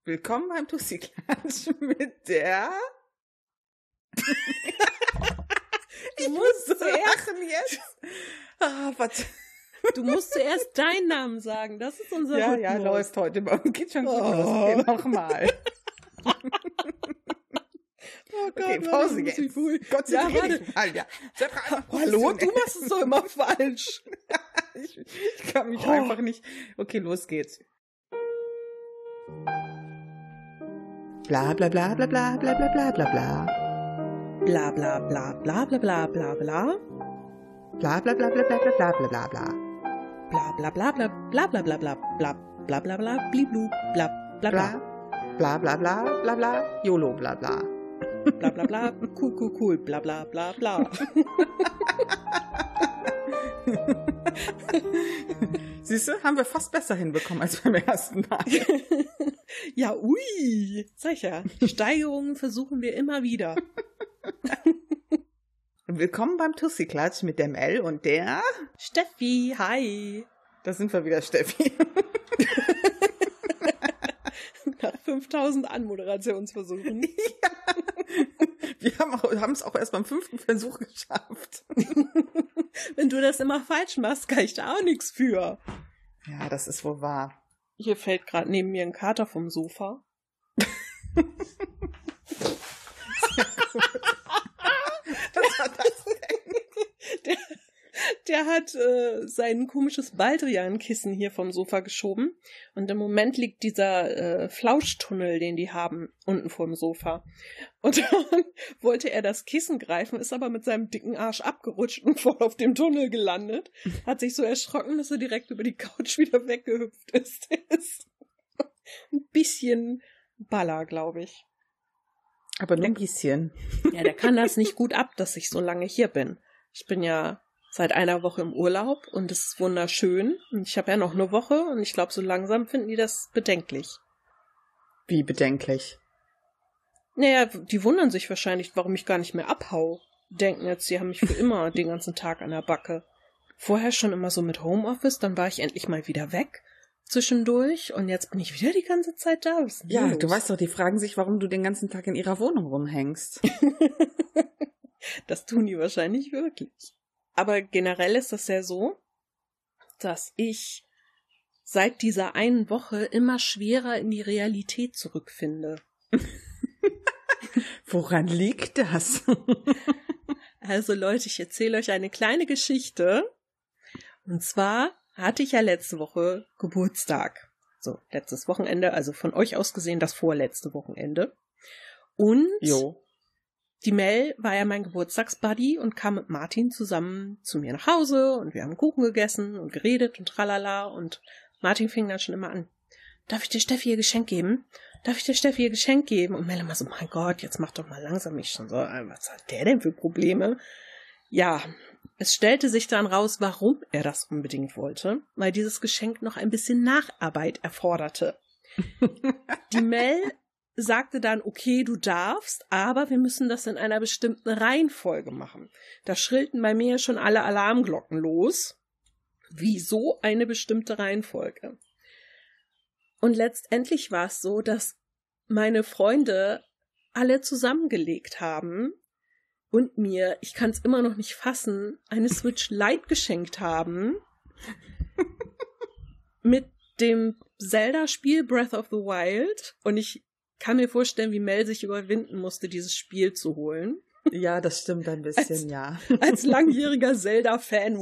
Willkommen beim Tussi-Klatsch mit der... Ich muss zuerst jetzt. Was? Du musst zuerst deinen Namen sagen. Das ist unser Rhythmus. Ja, läuft heute. Geht schon gut los. Okay, nochmal. Oh Gott, okay, Pause jetzt. Gott sei Dank. Ja. Hallo, du machst es doch immer falsch. Ich kann mich einfach nicht... Okay, los geht's. Bla bla bla bla bla bla bla bla bla bla. Bla bla bla bla bla bla bla bla. Bla bla bla bla bla bla bla bla bla. Bla bla bla bla bla bla bla bla bla bla bla bla bliblu bla bla bla. Bla bla bla bla bla YOLO bla bla. Bla bla bla cool bla bla bla bla. Siehst du, haben wir fast besser hinbekommen als beim ersten Mal. Ja, ui. Sag ich ja. Steigerungen versuchen wir immer wieder. Willkommen beim Tussi-Klatsch mit dem L und der... Steffi, hi. Da sind wir wieder, Steffi. Nach 5000 Anmoderationsversuchen. Ja. Wir haben es auch erst beim 5. Versuch geschafft. Wenn du das immer falsch machst, kann ich da auch nichts für. Ja, das ist wohl wahr. Hier fällt gerade neben mir ein Kater vom Sofa. Was war das denn? Der hat sein komisches Baldrian-Kissen hier vom Sofa geschoben. Und im Moment liegt dieser Flauschtunnel, den die haben, unten vorm Sofa. Und dann wollte er das Kissen greifen, ist aber mit seinem dicken Arsch abgerutscht und voll auf dem Tunnel gelandet. Hat sich so erschrocken, dass er direkt über die Couch wieder weggehüpft ist. Der ist ein bisschen Baller, glaube ich. Aber nur ein bisschen. Ja, der kann das nicht gut ab, dass ich so lange hier bin. Ich bin ja seit einer Woche im Urlaub und es ist wunderschön. Und ich habe ja noch eine Woche und ich glaube, so langsam finden die das bedenklich. Wie bedenklich? Naja, die wundern sich wahrscheinlich, warum ich gar nicht mehr abhau. Denken jetzt, sie haben mich für immer den ganzen Tag an der Backe. Vorher schon immer so mit Homeoffice, dann war ich endlich mal wieder weg zwischendurch und jetzt bin ich wieder die ganze Zeit da. Was ist denn Ja, los? du weißt doch, die fragen sich, warum du den ganzen Tag in ihrer Wohnung rumhängst. Das tun die wahrscheinlich wirklich. Aber generell ist das ja so, dass ich seit dieser einen Woche immer schwerer in die Realität zurückfinde. Woran liegt das? Also Leute, ich erzähle euch eine kleine Geschichte. Und zwar hatte ich ja letzte Woche Geburtstag. So, letztes Wochenende, also von euch aus gesehen das vorletzte Wochenende. Und die Mel war ja mein Geburtstagsbuddy und kam mit Martin zusammen zu mir nach Hause und wir haben Kuchen gegessen und geredet und tralala und Martin fing dann schon immer an. Darf ich der Steffi ihr Geschenk geben? Darf ich der Steffi ihr Geschenk geben? Und Mel immer so, mein Gott, jetzt mach doch mal langsam. Ich schon so, was hat der denn für Probleme? Ja, es stellte sich dann raus, warum er das unbedingt wollte, weil dieses Geschenk noch ein bisschen Nacharbeit erforderte. Die Mel sagte dann, okay, du darfst, aber wir müssen das in einer bestimmten Reihenfolge machen. Da schrillten bei mir schon alle Alarmglocken los. Wieso eine bestimmte Reihenfolge? Und letztendlich war es so, dass meine Freunde alle zusammengelegt haben und mir, ich kann es immer noch nicht fassen, eine Switch Lite geschenkt haben mit dem Zelda-Spiel Breath of the Wild. Und ich kann mir vorstellen, wie Mel sich überwinden musste, dieses Spiel zu holen. Ja, das stimmt ein bisschen, ja. Als langjähriger Zelda-Fan.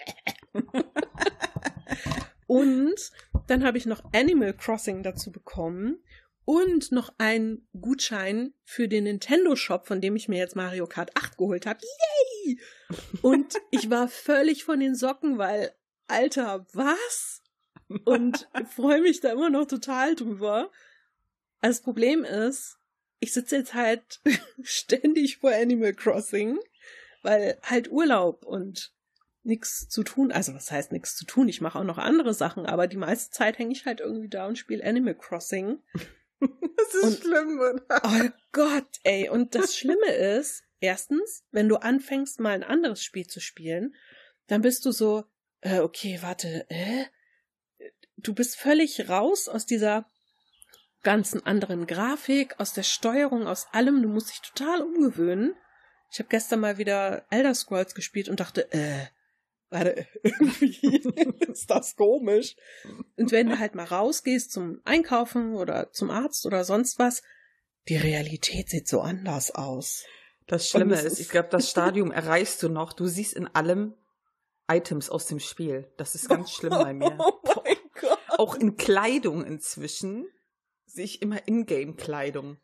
Und dann habe ich noch Animal Crossing dazu bekommen und noch einen Gutschein für den Nintendo Shop, von dem ich mir jetzt Mario Kart 8 geholt habe. Yay! Und ich war völlig von den Socken, weil, Alter, was? Und freue mich da immer noch total drüber. Also das Problem ist, ich sitze jetzt halt ständig vor Animal Crossing, weil halt Urlaub und nichts zu tun. Also was heißt nichts zu tun? Ich mache auch noch andere Sachen, aber die meiste Zeit hänge ich halt irgendwie da und spiele Animal Crossing. Das ist schlimm, oder? Oh Gott, ey. Und das Schlimme ist, erstens, wenn du anfängst, mal ein anderes Spiel zu spielen, dann bist du so, okay, warte, du bist völlig raus aus dieser ganzen anderen Grafik, aus der Steuerung, aus allem. Du musst dich total umgewöhnen. Ich habe gestern mal wieder Elder Scrolls gespielt und dachte, warte, irgendwie ist das komisch. Und wenn du halt mal rausgehst zum Einkaufen oder zum Arzt oder sonst was, die Realität sieht so anders aus. Das Schlimme ist, ich glaube, das Stadium erreichst du noch. Du siehst in allem Items aus dem Spiel. Das ist ganz schlimm bei mir. Oh mein Gott. Auch in Kleidung inzwischen sehe ich immer Ingame-Kleidung.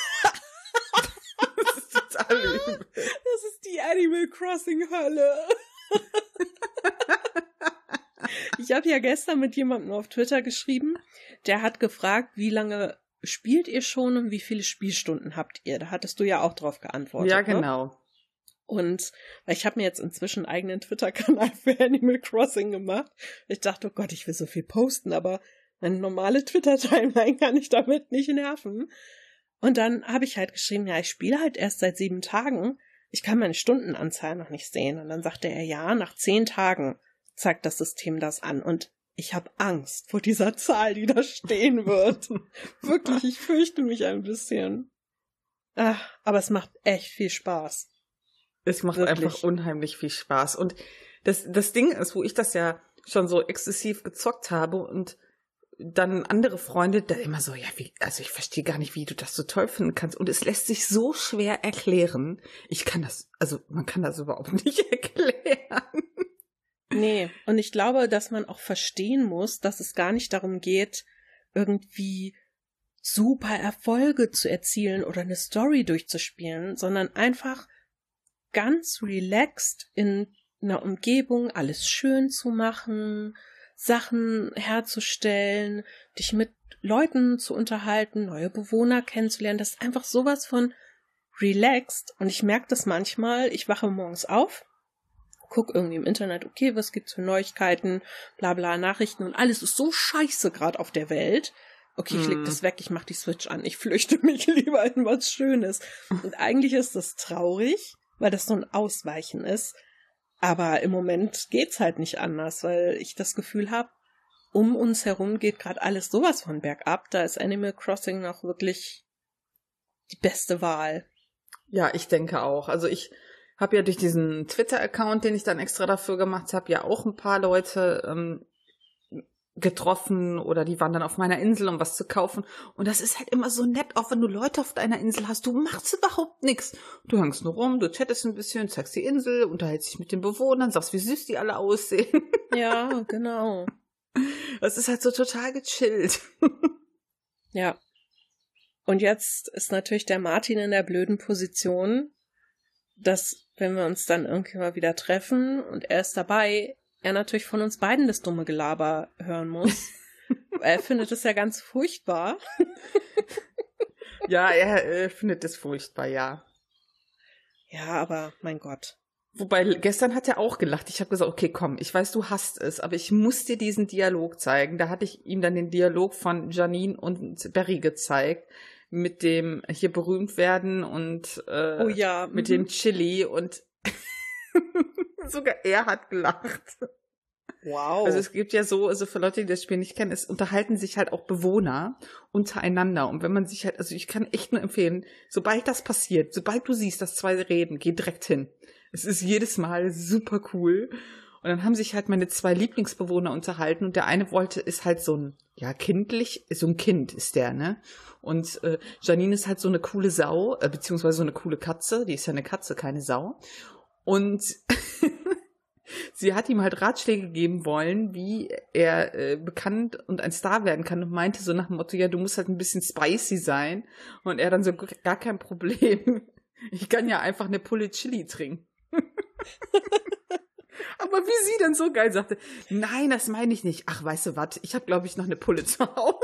Das ist total übel. Das ist die Animal Crossing-Hölle. Ich habe ja gestern mit jemandem auf Twitter geschrieben, der hat gefragt, wie lange spielt ihr schon und wie viele Spielstunden habt ihr? Da hattest du ja auch drauf geantwortet. Ja, genau. Ne? Und ich habe mir jetzt inzwischen einen eigenen Twitter-Kanal für Animal Crossing gemacht. Ich dachte, oh Gott, ich will so viel posten, aber eine normale Twitter-Timeline kann ich damit nicht nerven. Und dann habe ich halt geschrieben, ja, ich spiele halt erst seit 7 Tagen. Ich kann meine Stundenanzahl noch nicht sehen. Und dann sagte er, ja, nach 10 Tagen zeigt das System das an. Und ich habe Angst vor dieser Zahl, die da stehen wird. Wirklich, ich fürchte mich ein bisschen. Aber es macht echt viel Spaß. Es macht einfach unheimlich viel Spaß. Und das Ding ist, wo ich das ja schon so exzessiv gezockt habe und dann andere Freunde da immer so, ja, also ich verstehe gar nicht, wie du das so toll finden kannst. Und es lässt sich so schwer erklären. Man kann das überhaupt nicht erklären. Nee, und ich glaube, dass man auch verstehen muss, dass es gar nicht darum geht, irgendwie super Erfolge zu erzielen oder eine Story durchzuspielen, sondern einfach ganz relaxed in einer Umgebung alles schön zu machen, Sachen herzustellen, dich mit Leuten zu unterhalten, neue Bewohner kennenzulernen. Das ist einfach sowas von relaxed. Und ich merke das manchmal, ich wache morgens auf, guck irgendwie im Internet, okay, was gibt's für Neuigkeiten, bla bla, Nachrichten und alles ist so scheiße gerade auf der Welt. Okay, ich leg das weg, ich mach die Switch an, ich flüchte mich lieber in was Schönes. Und eigentlich ist das traurig, weil das so ein Ausweichen ist. Aber im Moment geht's halt nicht anders, weil ich das Gefühl habe, um uns herum geht gerade alles sowas von bergab. Da ist Animal Crossing noch wirklich die beste Wahl. Ja, ich denke auch. Also ich habe ja durch diesen Twitter-Account, den ich dann extra dafür gemacht habe, ja auch ein paar Leute getroffen oder die waren dann auf meiner Insel, um was zu kaufen. Und das ist halt immer so nett, auch wenn du Leute auf deiner Insel hast, du machst überhaupt nichts. Du hängst nur rum, du chattest ein bisschen, zeigst die Insel, unterhältst dich mit den Bewohnern, sagst, wie süß die alle aussehen. Ja, genau. Das ist halt so total gechillt. Ja. Und jetzt ist natürlich der Martin in der blöden Position, dass, wenn wir uns dann irgendwie mal wieder treffen und er ist dabei, er natürlich von uns beiden das dumme Gelaber hören muss. Er findet es ja ganz furchtbar. Ja, er findet es furchtbar, ja. Ja, aber mein Gott. Wobei, gestern hat er auch gelacht. Ich habe gesagt, okay, komm, ich weiß, du hasst es, aber ich muss dir diesen Dialog zeigen. Da hatte ich ihm dann den Dialog von Janine und Barry gezeigt. Mit dem hier berühmt werden und oh ja, mit dem Chili und sogar er hat gelacht. Wow. Also es gibt ja so, also für Leute, die das Spiel nicht kennen, es unterhalten sich halt auch Bewohner untereinander. Und wenn man sich halt, also ich kann echt nur empfehlen, sobald das passiert, sobald du siehst, dass 2 reden, geh direkt hin. Es ist jedes Mal super cool. Und dann haben sich halt meine 2 Lieblingsbewohner unterhalten und der eine ist halt so ein, ja, so ein Kind ist der, ne? Und Janine ist halt so eine coole Sau, beziehungsweise so eine coole Katze, die ist ja eine Katze, keine Sau. Und sie hat ihm halt Ratschläge geben wollen, wie er bekannt und ein Star werden kann und meinte so nach dem Motto, ja, du musst halt ein bisschen spicy sein. Und er dann so, gar kein Problem. Ich kann ja einfach eine Pulle Chili trinken. Aber wie sie dann so geil sagte, nein, das meine ich nicht. Ach, weißt du was, ich habe, glaube ich, noch eine Pulle zu Hause.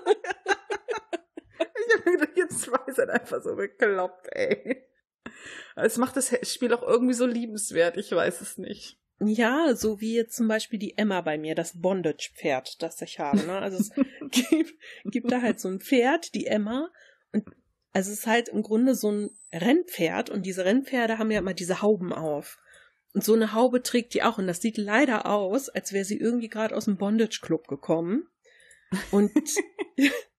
Ich habe mir gedacht, ihr 2 seid einfach so bekloppt, ey. Es macht das Spiel auch irgendwie so liebenswert, ich weiß es nicht. Ja, so wie jetzt zum Beispiel die Emma bei mir, das Bondage-Pferd, das ich habe. Ne? Also es gibt da halt so ein Pferd, die Emma, und also es ist halt im Grunde so ein Rennpferd und diese Rennpferde haben ja immer diese Hauben auf. Und so eine Haube trägt die auch und das sieht leider aus, als wäre sie irgendwie gerade aus dem Bondage-Club gekommen. Und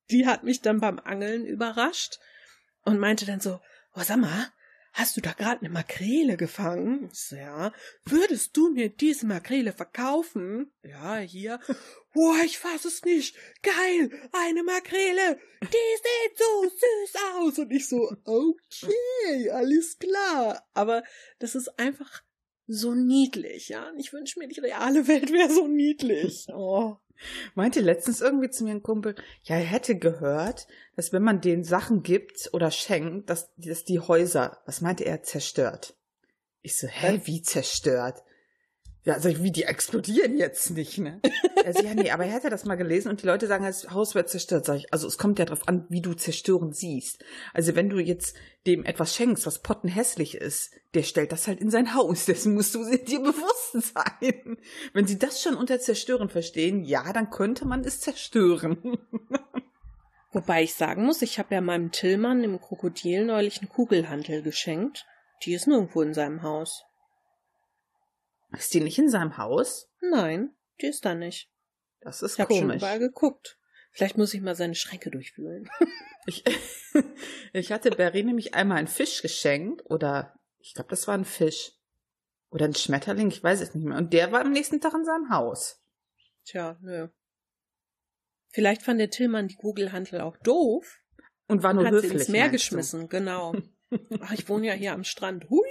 die hat mich dann beim Angeln überrascht und meinte dann so, oh, sag mal, hast du da gerade eine Makrele gefangen? Ich so, ja. Würdest du mir diese Makrele verkaufen? Ja, hier. Oh, ich fass es nicht. Geil, eine Makrele. Die sieht so süß aus. Und ich so, okay, alles klar. Aber das ist einfach so niedlich, ja. Und ich wünsche mir, die reale Welt wäre so niedlich. Oh. Meinte letztens irgendwie zu mir ein Kumpel, ja, er hätte gehört, dass wenn man denen Sachen gibt oder schenkt, dass die Häuser, was meinte er, zerstört. Ich so, wie zerstört? Ja, also wie, die explodieren jetzt nicht, ne? Er so, ja, nee, aber er hätte das mal gelesen und die Leute sagen, das Haus wird zerstört. Sag ich, also es kommt ja drauf an, wie du zerstören siehst. Also wenn du jetzt dem etwas schenkst, was pottenhässlich ist, der stellt das halt in sein Haus. Dessen musst du dir bewusst sein. Wenn sie das schon unter zerstören verstehen, ja, dann könnte man es zerstören. Wobei ich sagen muss, ich habe ja meinem Tillmann, dem Krokodil, neulich einen Kugelhantel geschenkt. Die ist nirgendwo in seinem Haus. Ist die nicht in seinem Haus? Nein, die ist da nicht. Das ist komisch. Ich habe schon überall geguckt. Vielleicht muss ich mal seine Schränke durchwühlen. Ich hatte Barry nämlich einmal einen Fisch geschenkt, oder ich glaube, das war ein Fisch. Oder ein Schmetterling, ich weiß es nicht mehr. Und der war am nächsten Tag in seinem Haus. Tja, nö. Vielleicht fand der Tillmann die Kugelhantel auch doof. Und war nur hat höflich. Sie ins Meer geschmissen, genau. Ach, ich wohne ja hier am Strand. Hui!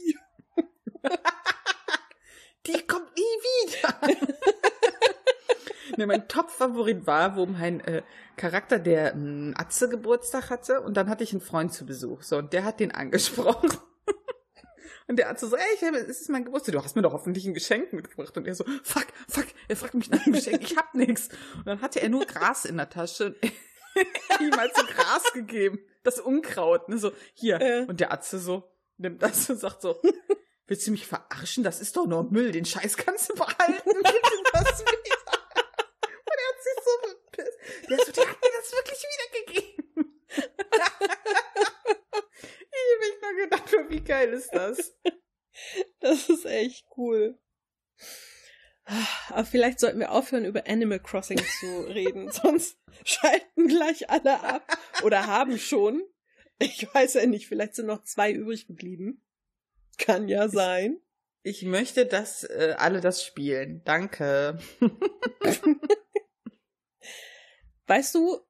Die kommt nie wieder. Ne, mein Top-Favorit war, wo mein Charakter, der Atze Geburtstag hatte, und dann hatte ich einen Freund zu Besuch. So, und der hat den angesprochen. Und der Atze so, ey, es ist mein Geburtstag, du hast mir doch hoffentlich ein Geschenk mitgebracht. Und er so, fuck, er fragt mich nach einem Geschenk, ich hab nix. Und dann hatte er nur Gras in der Tasche. Ihm halt so Gras gegeben. Das Unkraut, ne, so, hier. Und der Atze so, nimmt das und sagt so, willst du mich verarschen? Das ist doch nur Müll. Den Scheiß kannst du behalten. Gib ihm das wieder. Und er hat sich so bepisst. Der hat mir das wirklich wiedergegeben. Ich hab echt nur gedacht, wie geil ist das? Das ist echt cool. Aber vielleicht sollten wir aufhören, über Animal Crossing zu reden. Sonst schalten gleich alle ab. Oder haben schon. Ich weiß ja nicht. Vielleicht sind noch 2 übrig geblieben. Kann ja sein. Ich möchte, dass alle das spielen. Danke. Weißt du,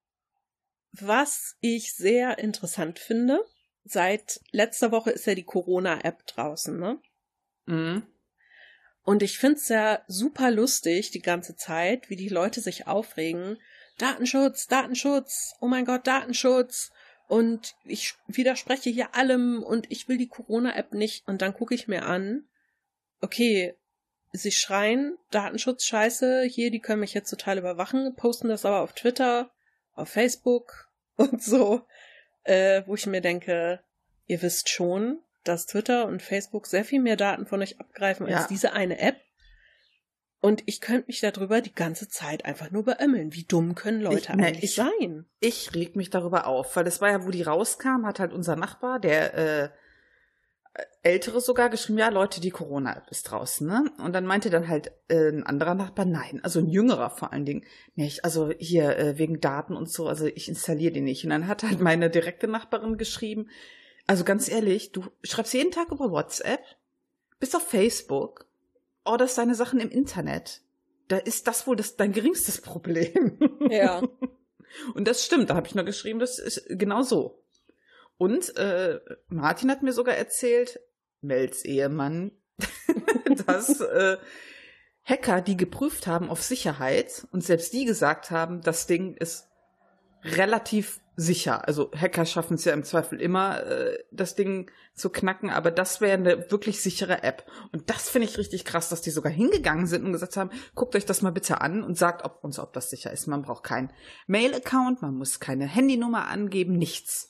was ich sehr interessant finde? Seit letzter Woche ist ja die Corona-App draußen, ne? Mhm. Und ich find's ja super lustig die ganze Zeit, wie die Leute sich aufregen. Datenschutz, Datenschutz, oh mein Gott, Datenschutz. Und ich widerspreche hier allem und ich will die Corona-App nicht. Und dann gucke ich mir an, okay, sie schreien, Datenschutz, scheiße, hier, die können mich jetzt total überwachen, posten das aber auf Twitter, auf Facebook und so, wo ich mir denke, ihr wisst schon, dass Twitter und Facebook sehr viel mehr Daten von euch abgreifen als diese eine App. Und ich könnte mich darüber die ganze Zeit einfach nur beömmeln. Wie dumm können Leute eigentlich sein? Ich reg mich darüber auf, weil das war ja, wo die rauskam, hat halt unser Nachbar, der Ältere sogar geschrieben, ja, Leute, die Corona-App ist draußen, ne? Und dann meinte dann halt ein anderer Nachbar, nein, also ein Jüngerer vor allen Dingen, nicht, also hier wegen Daten und so, also ich installiere die nicht. Und dann hat halt meine direkte Nachbarin geschrieben, also ganz ehrlich, du schreibst jeden Tag über WhatsApp, bist auf Facebook, orderst deine Sachen im Internet. Da ist das wohl dein geringstes Problem. Ja. Und das stimmt, da habe ich nur geschrieben, das ist genau so. Und Martin hat mir sogar erzählt, Mels Ehemann, dass Hacker, die geprüft haben auf Sicherheit und selbst die gesagt haben, das Ding ist relativ sicher. Also Hacker schaffen es ja im Zweifel immer, das Ding zu knacken, aber das wäre eine wirklich sichere App. Und das finde ich richtig krass, dass die sogar hingegangen sind und gesagt haben, guckt euch das mal bitte an und sagt ob das sicher ist. Man braucht keinen Mail-Account, man muss keine Handynummer angeben, nichts.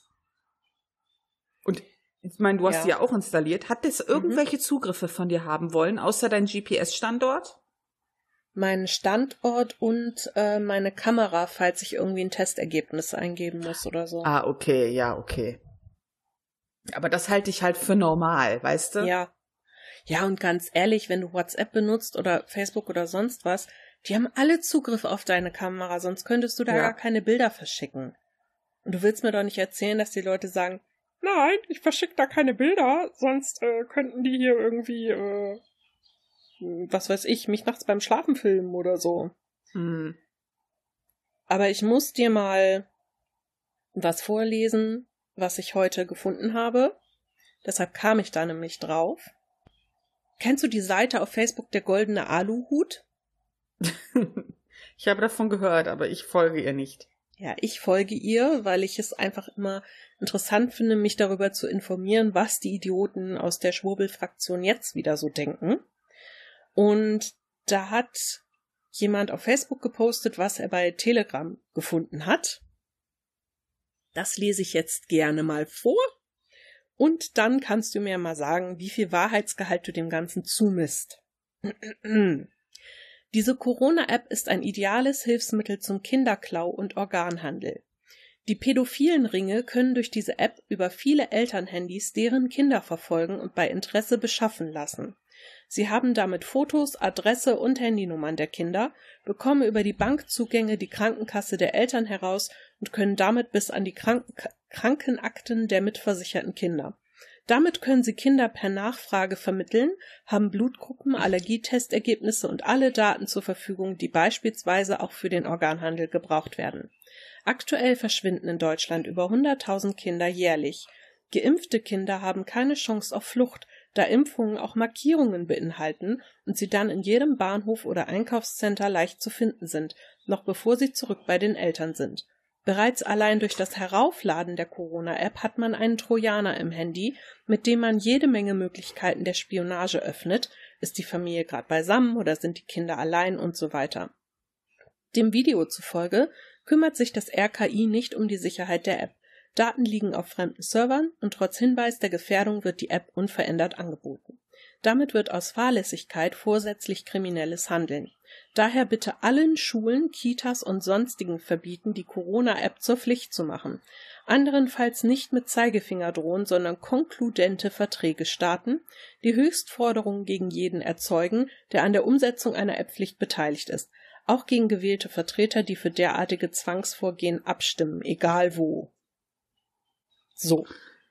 Und ich meine, du hast die ja auch installiert. Hat das irgendwelche Zugriffe von dir haben wollen, außer dein GPS-Standort? Meinen Standort und meine Kamera, falls ich irgendwie ein Testergebnis eingeben muss oder so. Ah, okay, ja, okay. Aber das halte ich halt für normal, weißt du? Ja. Ja, und ganz ehrlich, wenn du WhatsApp benutzt oder Facebook oder sonst was, Die haben alle Zugriff auf deine Kamera, sonst könntest du da gar keine Bilder verschicken. Und du willst mir doch nicht erzählen, dass die Leute sagen, nein, ich verschicke da keine Bilder, sonst könnten die hier irgendwie, was weiß ich, mich nachts beim Schlafen filmen oder so. Hm. Aber ich muss dir mal was vorlesen, was ich heute gefunden habe. Deshalb kam ich da nämlich drauf. Kennst du die Seite auf Facebook Der Goldene Aluhut? Ich habe davon gehört, aber ich folge ihr nicht. Ja, ich folge ihr, weil ich es einfach immer interessant finde, mich darüber zu informieren, was die Idioten aus der Schwurbelfraktion jetzt wieder so denken. Und da hat jemand auf Facebook gepostet, was er bei Telegram gefunden hat. Das lese ich jetzt gerne mal vor. Und dann kannst du mir mal sagen, wie viel Wahrheitsgehalt du dem Ganzen zumisst. Diese Corona-App ist ein ideales Hilfsmittel zum Kinderklau und Organhandel. Die pädophilen Ringe können durch diese App über viele Elternhandys deren Kinder verfolgen und bei Interesse beschaffen lassen. Sie haben damit Fotos, Adresse und Handynummern der Kinder, bekommen über die Bankzugänge die Krankenkasse der Eltern heraus und können damit bis an die Krankenakten der mitversicherten Kinder. Damit können sie Kinder per Nachfrage vermitteln, haben Blutgruppen, Allergietestergebnisse und alle Daten zur Verfügung, die beispielsweise auch für den Organhandel gebraucht werden. Aktuell verschwinden in Deutschland über 100.000 Kinder jährlich. Geimpfte Kinder haben keine Chance auf Flucht, da Impfungen auch Markierungen beinhalten und sie dann in jedem Bahnhof oder Einkaufscenter leicht zu finden sind, noch bevor sie zurück bei den Eltern sind. Bereits allein durch das Heraufladen der Corona-App hat man einen Trojaner im Handy, mit dem man jede Menge Möglichkeiten der Spionage öffnet. Ist die Familie gerade beisammen oder sind die Kinder allein und so weiter. Dem Video zufolge kümmert sich das RKI nicht um die Sicherheit der App. Daten liegen auf fremden Servern und trotz Hinweis der Gefährdung wird die App unverändert angeboten. Damit wird aus Fahrlässigkeit vorsätzlich kriminelles Handeln. Daher bitte allen Schulen, Kitas und sonstigen verbieten, die Corona-App zur Pflicht zu machen. Anderenfalls nicht mit Zeigefinger drohen, sondern konkludente Verträge starten, die Höchstforderungen gegen jeden erzeugen, der an der Umsetzung einer App-Pflicht beteiligt ist. Auch gegen gewählte Vertreter, die für derartige Zwangsvorgehen abstimmen, egal wo. So.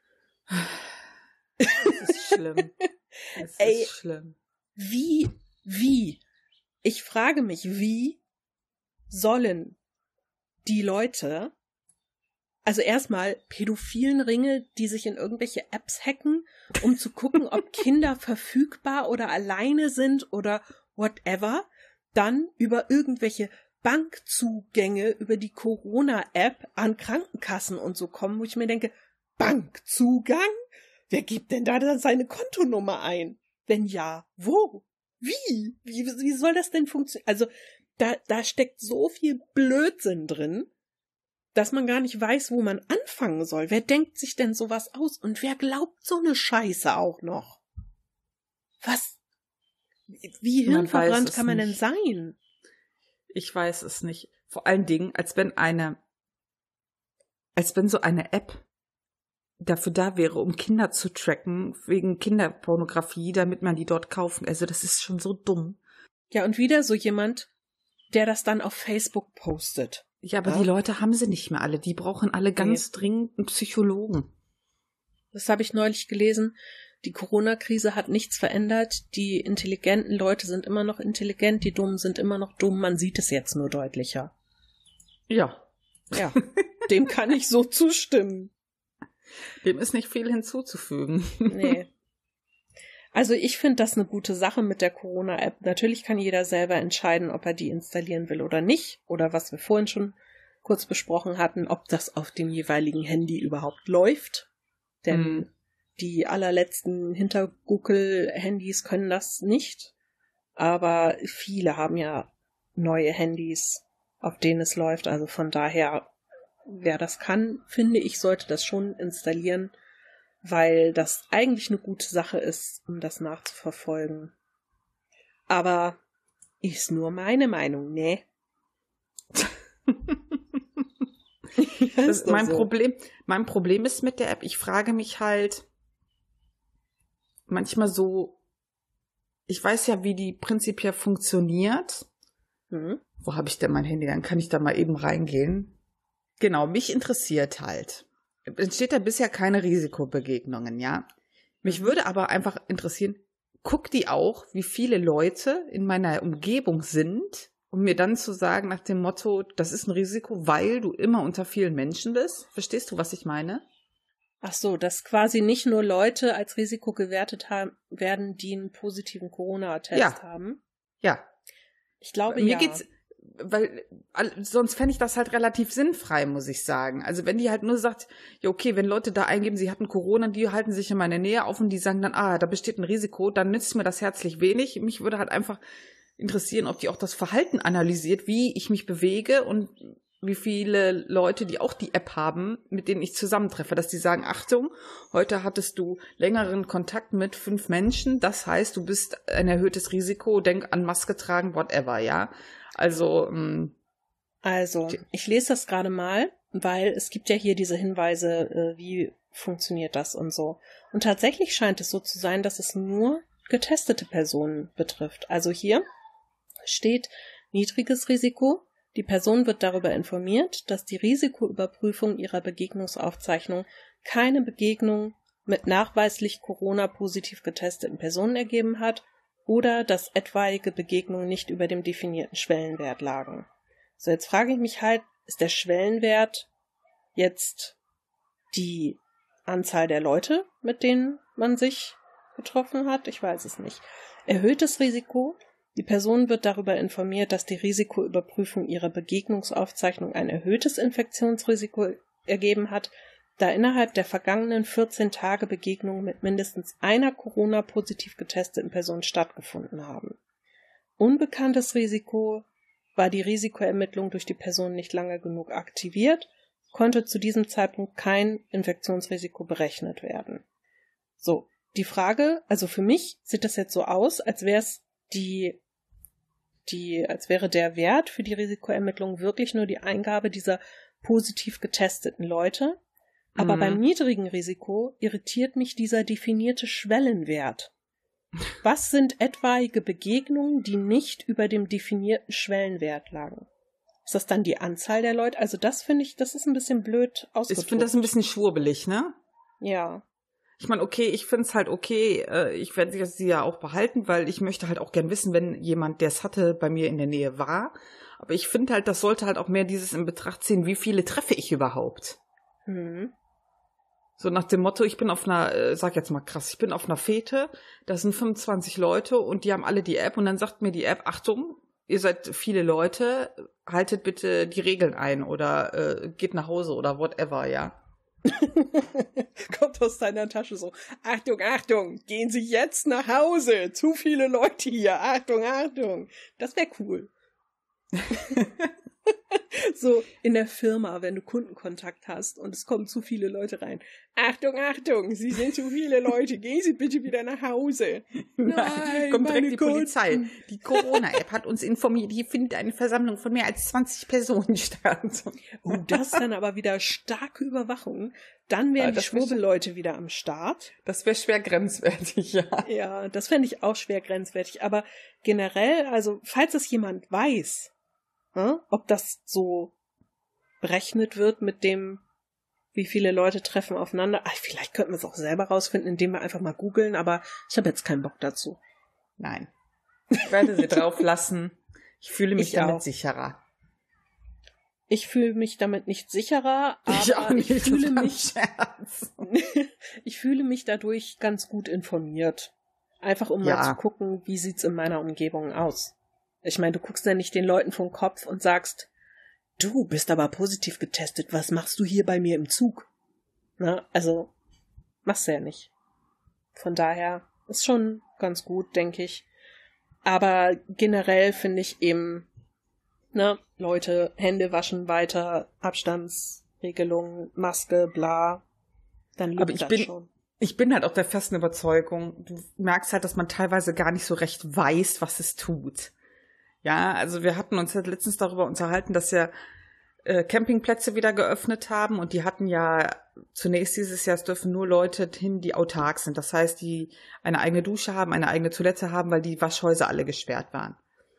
Das ist schlimm. Das ist schlimm. Wie? Ich frage mich, wie sollen die Leute, also erstmal pädophilen Ringe, die sich in irgendwelche Apps hacken, um zu gucken, ob Kinder verfügbar oder alleine sind oder whatever, dann über irgendwelche Bankzugänge über die Corona-App an Krankenkassen und so kommen, wo ich mir denke, Bankzugang? Wer gibt denn da seine Kontonummer ein? Wenn ja, wo? Wie? Wie soll das denn funktionieren? Also, da steckt so viel Blödsinn drin, dass man gar nicht weiß, wo man anfangen soll. Wer denkt sich denn sowas aus? Und wer glaubt so eine Scheiße auch noch? Was? Wie hirnverbrannt kann man denn sein? Ich weiß es nicht. Vor allen Dingen, als wenn so eine App dafür da wäre, um Kinder zu tracken, wegen Kinderpornografie, damit man die dort kaufen. Also das ist schon so dumm. Ja, und wieder so jemand, der das dann auf Facebook postet. Ja, aber die Leute haben sie nicht mehr alle. Die brauchen alle ganz dringend einen Psychologen. Das habe ich neulich gelesen. Die Corona-Krise hat nichts verändert. Die intelligenten Leute sind immer noch intelligent, die Dummen sind immer noch dumm. Man sieht es jetzt nur deutlicher. Ja. Ja, dem kann ich so zustimmen. Dem ist nicht viel hinzuzufügen. Nee. Also ich finde das eine gute Sache mit der Corona-App. Natürlich kann jeder selber entscheiden, ob er die installieren will oder nicht. Oder was wir vorhin schon kurz besprochen hatten, ob das auf dem jeweiligen Handy überhaupt läuft. Denn die allerletzten Hinterguckel-Handys können das nicht. Aber viele haben ja neue Handys, auf denen es läuft. Also von daher, wer das kann, finde ich, sollte das schon installieren, weil das eigentlich eine gute Sache ist, um das nachzuverfolgen. Aber ist nur meine Meinung, ne? Mein Problem ist mit der App, ich frage mich halt manchmal so, ich weiß ja, wie die prinzipiell funktioniert, Wo habe ich denn mein Handy? Dann kann ich da mal eben reingehen. Genau, mich interessiert halt. Es steht da bisher keine Risikobegegnungen, ja. Mich würde aber einfach interessieren, guck die auch, wie viele Leute in meiner Umgebung sind, um mir dann zu sagen nach dem Motto, das ist ein Risiko, weil du immer unter vielen Menschen bist. Verstehst du, was ich meine? Ach so, dass quasi nicht nur Leute als Risiko gewertet werden, die einen positiven Corona-Test haben. Ja. Ich glaube, mir geht's, weil sonst fände ich das halt relativ sinnfrei, muss ich sagen. Also wenn die halt nur sagt, ja okay, wenn Leute da eingeben, sie hatten Corona, die halten sich in meiner Nähe auf und die sagen dann, da besteht ein Risiko, dann nützt mir das herzlich wenig. Mich würde halt einfach interessieren, ob die auch das Verhalten analysiert, wie ich mich bewege und wie viele Leute, die auch die App haben, mit denen ich zusammentreffe, dass die sagen, Achtung, heute hattest du längeren Kontakt mit 5 Menschen, das heißt, du bist ein erhöhtes Risiko, denk an Maske tragen, whatever, ja. Also, ich lese das gerade mal, weil es gibt ja hier diese Hinweise, wie funktioniert das und so. Und tatsächlich scheint es so zu sein, dass es nur getestete Personen betrifft. Also hier steht niedriges Risiko. Die Person wird darüber informiert, dass die Risikoüberprüfung ihrer Begegnungsaufzeichnung keine Begegnung mit nachweislich Corona-positiv getesteten Personen ergeben hat oder dass etwaige Begegnungen nicht über dem definierten Schwellenwert lagen. So, jetzt frage ich mich halt, ist der Schwellenwert jetzt die Anzahl der Leute, mit denen man sich getroffen hat? Ich weiß es nicht. Erhöhtes Risiko. Die Person wird darüber informiert, dass die Risikoüberprüfung ihrer Begegnungsaufzeichnung ein erhöhtes Infektionsrisiko ergeben hat, da innerhalb der vergangenen 14 Tage Begegnungen mit mindestens einer Corona-positiv getesteten Person stattgefunden haben. Unbekanntes Risiko: war die Risikoermittlung durch die Person nicht lange genug aktiviert, konnte zu diesem Zeitpunkt kein Infektionsrisiko berechnet werden. So, die Frage, also für mich sieht das jetzt so aus, als wäre es als wäre der Wert für die Risikoermittlung wirklich nur die Eingabe dieser positiv getesteten Leute. Aber beim niedrigen Risiko irritiert mich dieser definierte Schwellenwert. Was sind etwaige Begegnungen, die nicht über dem definierten Schwellenwert lagen? Ist das dann die Anzahl der Leute? Also das finde ich, das ist ein bisschen blöd ausgedrückt. Ich finde das ein bisschen schwurbelig, ne? Ja. Ich meine, okay, ich finde es halt okay, ich werde sie ja auch behalten, weil ich möchte halt auch gern wissen, wenn jemand, der es hatte, bei mir in der Nähe war. Aber ich finde halt, das sollte halt auch mehr dieses in Betracht ziehen, wie viele treffe ich überhaupt? So nach dem Motto, ich bin auf einer, sag jetzt mal krass, ich bin auf einer Fete, da sind 25 Leute und die haben alle die App und dann sagt mir die App, Achtung, ihr seid viele Leute, haltet bitte die Regeln ein oder geht nach Hause oder whatever, ja. Kommt aus deiner Tasche so, Achtung, Achtung, gehen Sie jetzt nach Hause, zu viele Leute hier, Achtung, Achtung. Das wäre cool. So in der Firma, wenn du Kundenkontakt hast und es kommen zu viele Leute rein. Achtung, Achtung, Sie sind zu viele Leute, gehen Sie bitte wieder nach Hause. Nein, kommt direkt die Polizei. Die Corona-App hat uns informiert, hier findet eine Versammlung von mehr als 20 Personen statt. Oh, das ist dann aber wieder starke Überwachung. Dann wären die Schwurbelleute wieder am Start. Das wäre schwer grenzwertig, ja. Ja, das fände ich auch schwer grenzwertig. Aber generell, also falls es jemand weiß, ob das so berechnet wird mit dem, wie viele Leute treffen aufeinander. Vielleicht könnten wir es auch selber rausfinden, indem wir einfach mal googeln, aber ich habe jetzt keinen Bock dazu. Nein. Ich werde sie drauf lassen. Ich fühle mich damit sicherer. Ich fühle mich damit nicht sicherer, aber ich auch nicht, ich fühle mich dadurch ganz gut informiert. Einfach um mal zu gucken, wie sieht's in meiner Umgebung aus. Ich meine, du guckst ja nicht den Leuten vom Kopf und sagst, du bist aber positiv getestet, was machst du hier bei mir im Zug? Na, also, machst du ja nicht. Von daher ist schon ganz gut, denke ich. Aber generell finde ich eben, Leute, Hände waschen weiter, Abstandsregelungen, Maske, bla, dann liegt das schon. Ich bin halt auch der festen Überzeugung, du merkst halt, dass man teilweise gar nicht so recht weiß, was es tut. Ja, also wir hatten uns halt letztens darüber unterhalten, dass ja Campingplätze wieder geöffnet haben und die hatten ja zunächst dieses Jahr, es dürfen nur Leute hin, die autark sind. Das heißt, die eine eigene Dusche haben, eine eigene Toilette haben, weil die Waschhäuser alle gesperrt waren.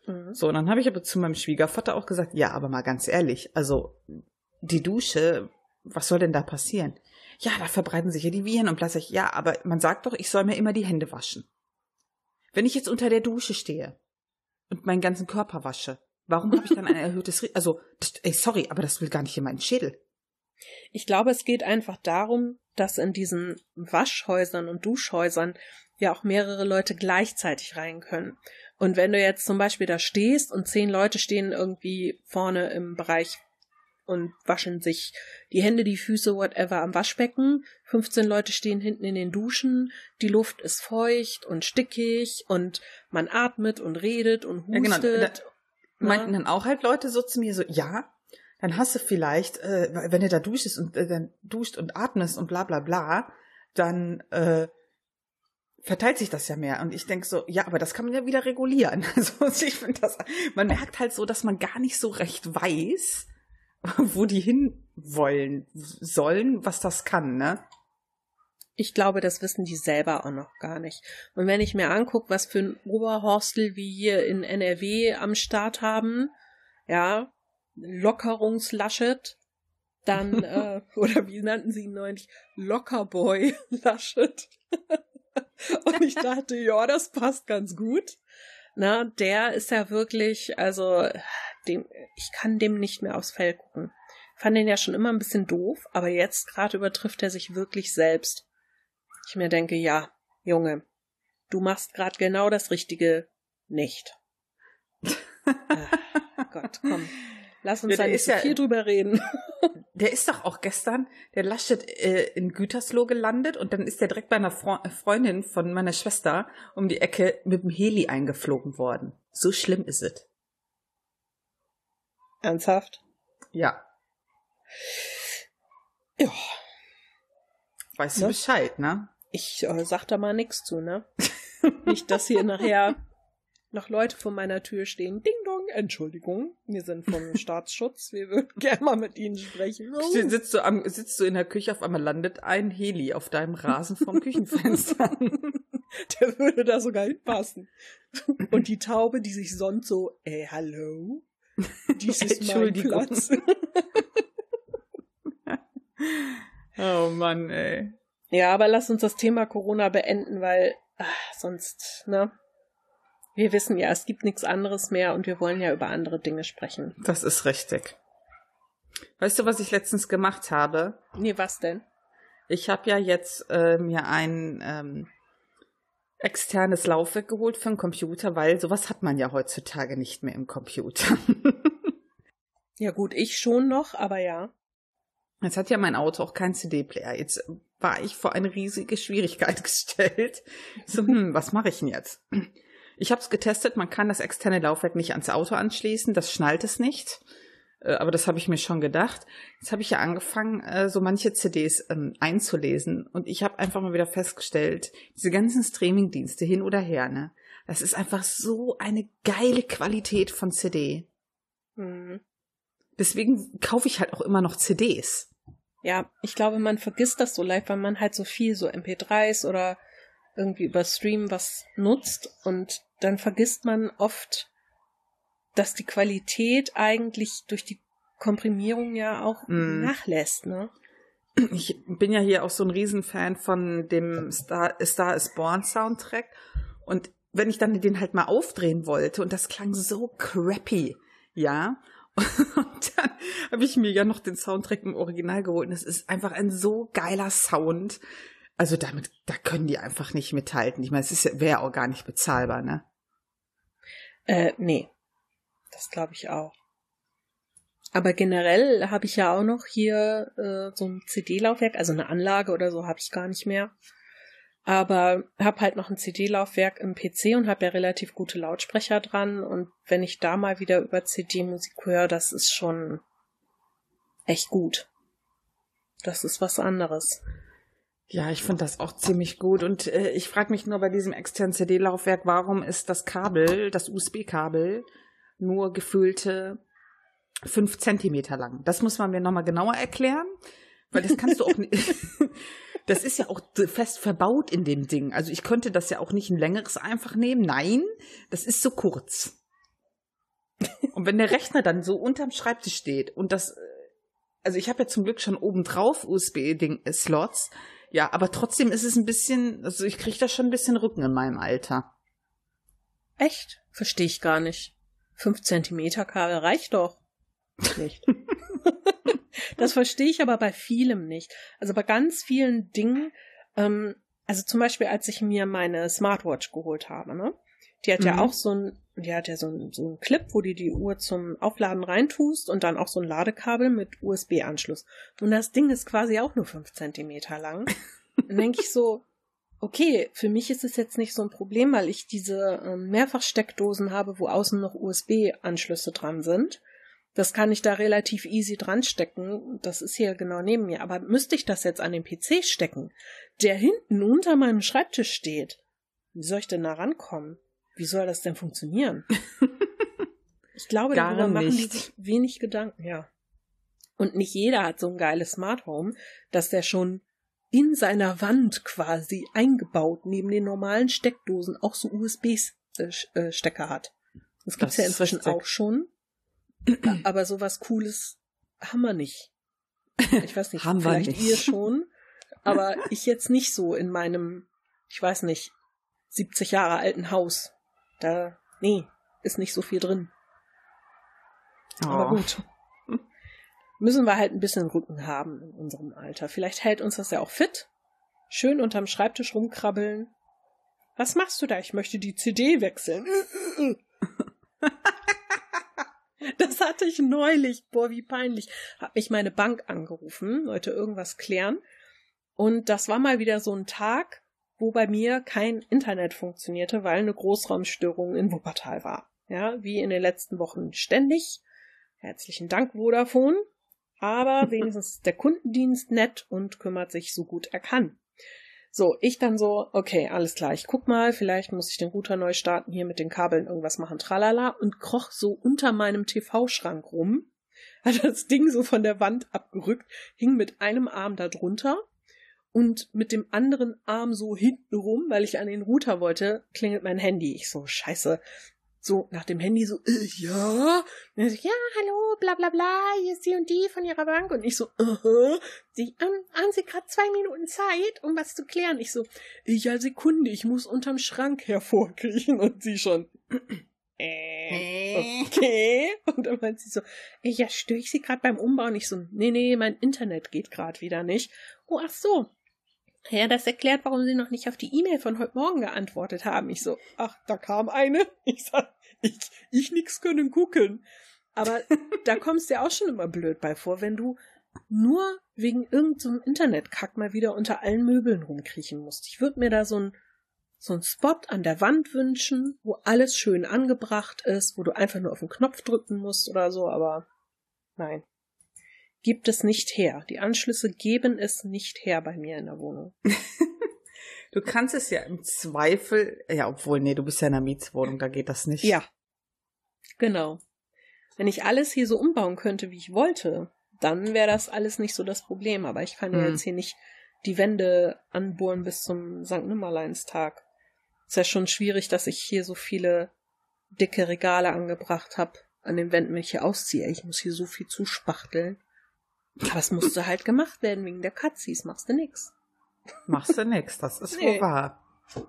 So, und dann habe ich aber zu meinem Schwiegervater auch gesagt, ja, aber mal ganz ehrlich, also die Dusche, was soll denn da passieren? Ja, da verbreiten sich ja die Viren und bla, sag ich, ja, aber man sagt doch, ich soll mir immer die Hände waschen. Wenn ich jetzt unter der Dusche stehe und meinen ganzen Körper wasche, warum habe ich dann ein erhöhtes Risiko? Also, sorry, aber das will gar nicht in meinen Schädel. Ich glaube, es geht einfach darum, dass in diesen Waschhäusern und Duschhäusern ja auch mehrere Leute gleichzeitig rein können. Und wenn du jetzt zum Beispiel da stehst und 10 Leute stehen irgendwie vorne im Bereich und waschen sich die Hände, die Füße, whatever am Waschbecken, 15 Leute stehen hinten in den Duschen, die Luft ist feucht und stickig und man atmet und redet und hustet. Ja, genau. Da meinten dann auch halt Leute so zu mir so, ja, dann hast du vielleicht, wenn du da duschst und dann duscht und atmest und bla bla bla, dann verteilt sich das ja mehr. Und ich denke so, ja, aber das kann man ja wieder regulieren. Also ich finde das, man merkt halt so, dass man gar nicht so recht weiß, wo die hin sollen, was das kann, ne? Ich glaube, das wissen die selber auch noch gar nicht. Und wenn ich mir angucke, was für ein Oberhorstel wir hier in NRW am Start haben, ja, Lockerungs-Laschet, dann, oder wie nannten sie ihn neulich? Lockerboy Laschet. Und ich dachte, ja, das passt ganz gut. Na, der ist ja wirklich, also, ich kann dem nicht mehr aufs Fell gucken. Fand den ja schon immer ein bisschen doof, aber jetzt gerade übertrifft er sich wirklich selbst. Ich mir denke, ja, Junge, du machst gerade genau das Richtige nicht. Gott, komm. Lass uns da nicht so viel drüber reden. Der ist doch auch gestern, der Laschet in Gütersloh gelandet und dann ist der direkt bei einer Freundin von meiner Schwester um die Ecke mit dem Heli eingeflogen worden. So schlimm ist es. Ernsthaft? Ja. Ja. Weißt du Bescheid, ne? Ich sag da mal nichts zu, ne? Nicht, dass hier nachher noch Leute vor meiner Tür stehen. Ding dong, Entschuldigung, wir sind vom Staatsschutz, wir würden gerne mal mit Ihnen sprechen. Oh. Sitzt du in der Küche, auf einmal landet ein Heli auf deinem Rasen vom Küchenfenster. Der würde da sogar hinpassen. Und die Taube, die sich sonst so, hallo? Dies ist mein Platz. Oh Mann, ey. Ja, aber lass uns das Thema Corona beenden, weil sonst, ne? Wir wissen ja, es gibt nichts anderes mehr und wir wollen ja über andere Dinge sprechen. Das ist richtig. Weißt du, was ich letztens gemacht habe? Nee, was denn? Ich habe ja jetzt mir ein externes Laufwerk geholt für den Computer, weil sowas hat man ja heutzutage nicht mehr im Computer. Ja gut, ich schon noch, aber ja. Jetzt hat ja mein Auto auch keinen CD-Player. Jetzt war ich vor eine riesige Schwierigkeit gestellt. So, was mache ich denn jetzt? Ich habe es getestet, man kann das externe Laufwerk nicht ans Auto anschließen, das schnallt es nicht. Aber das habe ich mir schon gedacht. Jetzt habe ich ja angefangen, so manche CDs einzulesen. Und ich habe einfach mal wieder festgestellt, diese ganzen Streaming-Dienste hin oder her, ne, das ist einfach so eine geile Qualität von CD. Mhm. Deswegen kaufe ich halt auch immer noch CDs. Ja, ich glaube, man vergisst das so leicht, weil man halt so viel so MP3s oder irgendwie über Stream was nutzt und dann vergisst man oft, dass die Qualität eigentlich durch die Komprimierung ja auch nachlässt, ne? Ich bin ja hier auch so ein Riesenfan von dem Star is Born Soundtrack und wenn ich dann den halt mal aufdrehen wollte und das klang so crappy, ja, und dann habe ich mir ja noch den Soundtrack im Original geholt und es ist einfach ein so geiler Sound. Also da können die einfach nicht mithalten. Ich meine, wäre auch gar nicht bezahlbar, ne? Nee. Das glaube ich auch. Aber generell habe ich ja auch noch hier so ein CD-Laufwerk, also eine Anlage oder so habe ich gar nicht mehr. Aber habe halt noch ein CD-Laufwerk im PC und habe ja relativ gute Lautsprecher dran. Und wenn ich da mal wieder über CD-Musik höre, das ist schon echt gut. Das ist was anderes. Ja, ich finde das auch ziemlich gut. Und ich frage mich nur bei diesem externen CD-Laufwerk, warum ist das Kabel, das USB-Kabel, nur gefühlte 5 Zentimeter lang? Das muss man mir nochmal genauer erklären, weil das kannst du auch nicht... Das ist ja auch fest verbaut in dem Ding. Also ich könnte das ja auch nicht ein längeres einfach nehmen. Nein, das ist so kurz. Und wenn der Rechner dann so unterm Schreibtisch steht und also ich habe ja zum Glück schon obendrauf USB-Slots, ja, aber trotzdem ist es ein bisschen, also ich kriege da schon ein bisschen Rücken in meinem Alter. Echt? Verstehe ich gar nicht. 5 Zentimeter Kabel reicht doch nicht. Das verstehe ich aber bei vielem nicht. Also bei ganz vielen Dingen, also zum Beispiel, als ich mir meine Smartwatch geholt habe, ne? Die hat ja auch so einen Clip, wo du die Uhr zum Aufladen reintust und dann auch so ein Ladekabel mit USB-Anschluss. Und das Ding ist quasi auch nur 5 Zentimeter lang. Dann denke ich so, okay, für mich ist es jetzt nicht so ein Problem, weil ich diese Mehrfachsteckdosen habe, wo außen noch USB-Anschlüsse dran sind. Das kann ich da relativ easy dran stecken. Das ist hier genau neben mir. Aber müsste ich das jetzt an den PC stecken, der hinten unter meinem Schreibtisch steht? Wie soll ich denn da rankommen? Wie soll das denn funktionieren? Ich glaube, darüber machen die sich wenig Gedanken, ja. Und nicht jeder hat so ein geiles Smart Home, dass der schon in seiner Wand quasi eingebaut, neben den normalen Steckdosen, auch so USB-Stecker hat. Das gibt's ja inzwischen auch schon. Aber sowas Cooles haben wir nicht. Ich weiß nicht, vielleicht ihr schon, aber ich jetzt nicht so in meinem, ich weiß nicht, 70 Jahre alten Haus. Nee, ist nicht so viel drin. Aber gut. Müssen wir halt ein bisschen Rücken haben in unserem Alter. Vielleicht hält uns das ja auch fit. Schön unterm Schreibtisch rumkrabbeln. Was machst du da? Ich möchte die CD wechseln. Das hatte ich neulich. Boah, wie peinlich. Hat mich meine Bank angerufen, wollte irgendwas klären. Und das war mal wieder so ein Tag, wo bei mir kein Internet funktionierte, weil eine Großraumstörung in Wuppertal war. Ja, wie in den letzten Wochen ständig. Herzlichen Dank, Vodafone. Aber wenigstens ist der Kundendienst nett und kümmert sich so gut er kann. So, ich dann so, okay, alles klar, ich guck mal, vielleicht muss ich den Router neu starten, hier mit den Kabeln irgendwas machen, tralala, und kroch so unter meinem TV-Schrank rum, hat das Ding so von der Wand abgerückt, hing mit einem Arm da drunter und mit dem anderen Arm so hinten rum, weil ich an den Router wollte, klingelt mein Handy. Ich so, scheiße. So, nach dem Handy so, ja. Und er so, ja, hallo, bla bla bla, hier ist die und die von ihrer Bank. Und ich so, Sie, haben Sie gerade 2 Minuten Zeit, um was zu klären? Ich so, ja, Sekunde, ich muss unterm Schrank hervorkriechen. Und sie schon, okay. Und dann meint sie so, ja, störe ich Sie gerade beim Umbauen? Ich so, nee, mein Internet geht gerade wieder nicht. Oh, ach so. Ja, das erklärt, warum Sie noch nicht auf die E-Mail von heute Morgen geantwortet haben. Ich so, ach, da kam eine. Ich sag, ich nix können gucken. Aber da kommst du ja auch schon immer blöd bei vor, wenn du nur wegen irgendeinem Internetkack mal wieder unter allen Möbeln rumkriechen musst. Ich würde mir da so ein Spot an der Wand wünschen, wo alles schön angebracht ist, wo du einfach nur auf den Knopf drücken musst oder so, aber nein. Gibt es nicht her. Die Anschlüsse geben es nicht her bei mir in der Wohnung. Du kannst es ja im Zweifel, ja, obwohl, nee, du bist ja in einer Mietswohnung, da geht das nicht. Ja, genau. Wenn ich alles hier so umbauen könnte, wie ich wollte, dann wäre das alles nicht so das Problem. Aber ich kann ja jetzt hier nicht die Wände anbohren bis zum St. Nimmerleinstag. Ist ja schon schwierig, dass ich hier so viele dicke Regale angebracht habe an den Wänden, wenn ich hier ausziehe. Ich muss hier so viel zuspachteln. Aber es musste halt gemacht werden wegen der Katzis. Machst du nix. Machst du nix, das ist wohl wahr.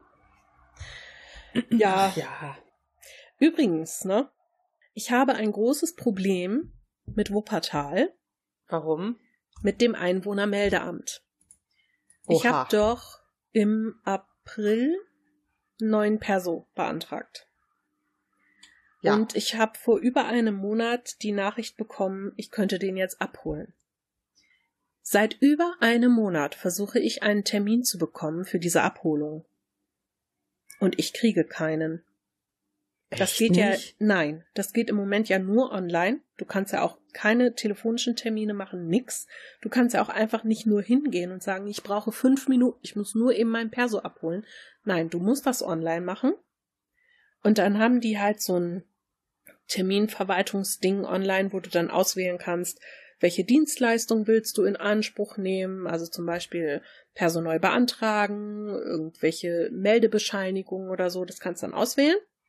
Ja. Übrigens, ne? Ich habe ein großes Problem mit Wuppertal. Warum? Mit dem Einwohnermeldeamt. Oha. Ich habe doch im April 9 Perso beantragt. Ja. Und ich habe vor über einem Monat die Nachricht bekommen, ich könnte den jetzt abholen. Seit über einem Monat versuche ich einen Termin zu bekommen für diese Abholung. Und ich kriege keinen. Das geht ja, nein, das geht im Moment ja nur online. Du kannst ja auch keine telefonischen Termine machen, nix. Du kannst ja auch einfach nicht nur hingehen und sagen, ich brauche 5 Minuten, ich muss nur eben mein Perso abholen. Nein, du musst das online machen. Und dann haben die halt so ein Terminverwaltungsding online, wo du dann auswählen kannst, welche Dienstleistung willst du in Anspruch nehmen, also zum Beispiel Perso neu beantragen, irgendwelche Meldebescheinigungen oder so, das kannst du dann auswählen.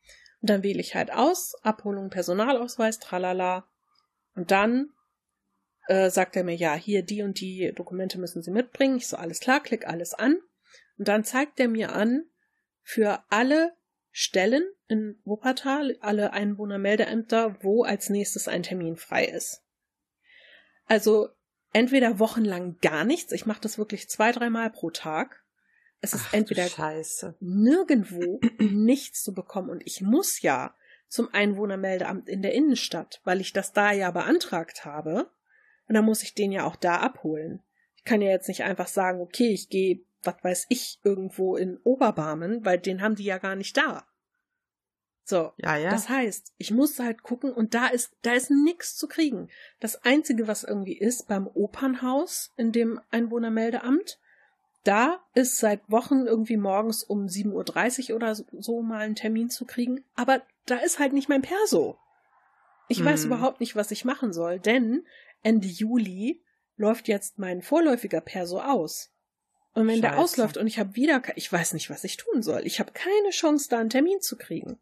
Und dann wähle ich halt aus, Abholung, Personalausweis, tralala. Und dann sagt er mir, ja, hier die und die Dokumente müssen Sie mitbringen. Ich so, alles klar, klick alles an. Und dann zeigt er mir an, für alle Stellen in Wuppertal, alle Einwohnermeldeämter, wo als nächstes ein Termin frei ist. Also entweder wochenlang gar nichts, ich mache das wirklich 2-3 Mal pro Tag. Es ist entweder nirgendwo nichts zu bekommen und ich muss ja zum Einwohnermeldeamt in der Innenstadt, weil ich das da ja beantragt habe und dann muss ich den ja auch da abholen. Ich kann ja jetzt nicht einfach sagen, okay, ich gehe, was weiß ich, irgendwo in Oberbarmen, weil den haben die ja gar nicht da. So, ja. Das heißt, ich muss halt gucken und da ist nichts zu kriegen. Das Einzige, was irgendwie ist, beim Opernhaus in dem Einwohnermeldeamt, da ist seit Wochen irgendwie morgens um 7:30 Uhr oder so mal ein Termin zu kriegen, aber da ist halt nicht mein Perso. Ich weiß überhaupt nicht, was ich machen soll, denn Ende Juli läuft jetzt mein vorläufiger Perso aus. Und wenn der ausläuft und ich habe wieder, ich weiß nicht, was ich tun soll. Ich habe keine Chance, da einen Termin zu kriegen.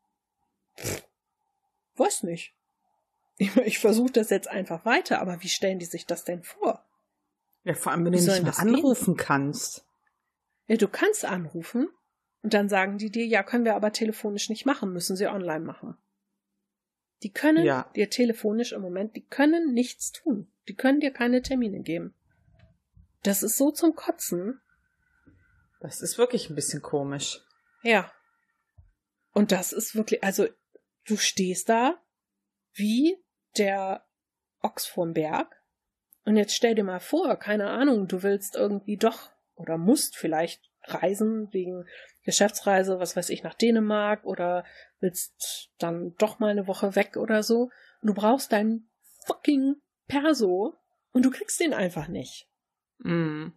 Weiß nicht. Ich versuche das jetzt einfach weiter, aber wie stellen die sich das denn vor? Ja, vor allem, wenn du nicht mehr anrufen kannst. Ja, du kannst anrufen und dann sagen die dir, ja, können wir aber telefonisch nicht machen, müssen sie online machen. Die können dir telefonisch im Moment, die können nichts tun. Die können dir keine Termine geben. Das ist so zum Kotzen. Das ist wirklich ein bisschen komisch. Ja. Und das ist wirklich, also du stehst da wie der Ochs vorm Berg. Und jetzt stell dir mal vor, keine Ahnung, du willst irgendwie doch oder musst vielleicht reisen wegen Geschäftsreise, was weiß ich, nach Dänemark oder willst dann doch mal eine Woche weg oder so. Und du brauchst deinen fucking Perso und du kriegst den einfach nicht. Mm.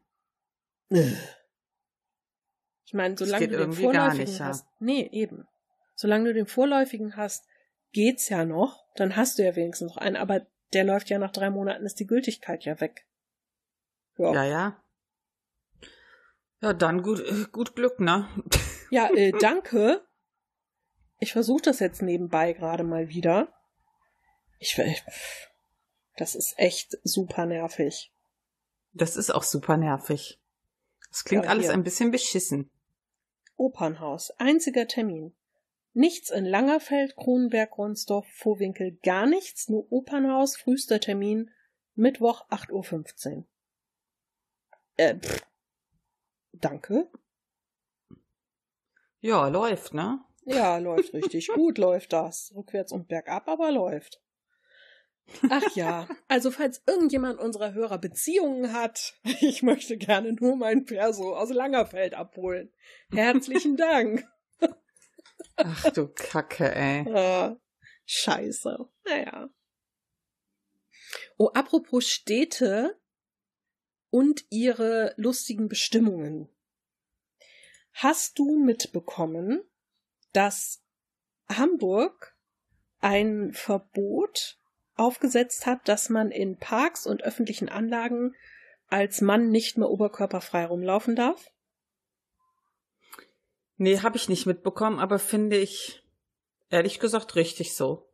Ich meine, solange du den vorläufigen hast. Nee, eben. Solange du den vorläufigen hast, geht's ja noch. Dann hast du ja wenigstens noch einen. Aber der läuft ja nach 3 Monaten, ist die Gültigkeit ja weg. Ja. Ja, dann gut Glück, ne? Ja, danke. Ich versuche das jetzt nebenbei gerade mal wieder. Das ist echt super nervig. Das ist auch super nervig. Das klingt alles ein bisschen beschissen. Opernhaus, einziger Termin. Nichts in Langerfeld, Kronenberg, Ronsdorf, Vohwinkel, gar nichts, nur Opernhaus, frühester Termin, Mittwoch, 8:15 Uhr. Danke. Ja, läuft, ne? Ja, läuft richtig gut, läuft das. Rückwärts und bergab, aber läuft. Ach ja, also falls irgendjemand unserer Hörer Beziehungen hat, ich möchte gerne nur meinen Perso aus Langerfeld abholen. Herzlichen Dank. Ach du Kacke, ey. Scheiße. Naja. Oh, apropos Städte und ihre lustigen Bestimmungen. Hast du mitbekommen, dass Hamburg ein Verbot aufgesetzt hat, dass man in Parks und öffentlichen Anlagen als Mann nicht mehr oberkörperfrei rumlaufen darf? Nee, habe ich nicht mitbekommen, aber finde ich ehrlich gesagt richtig so.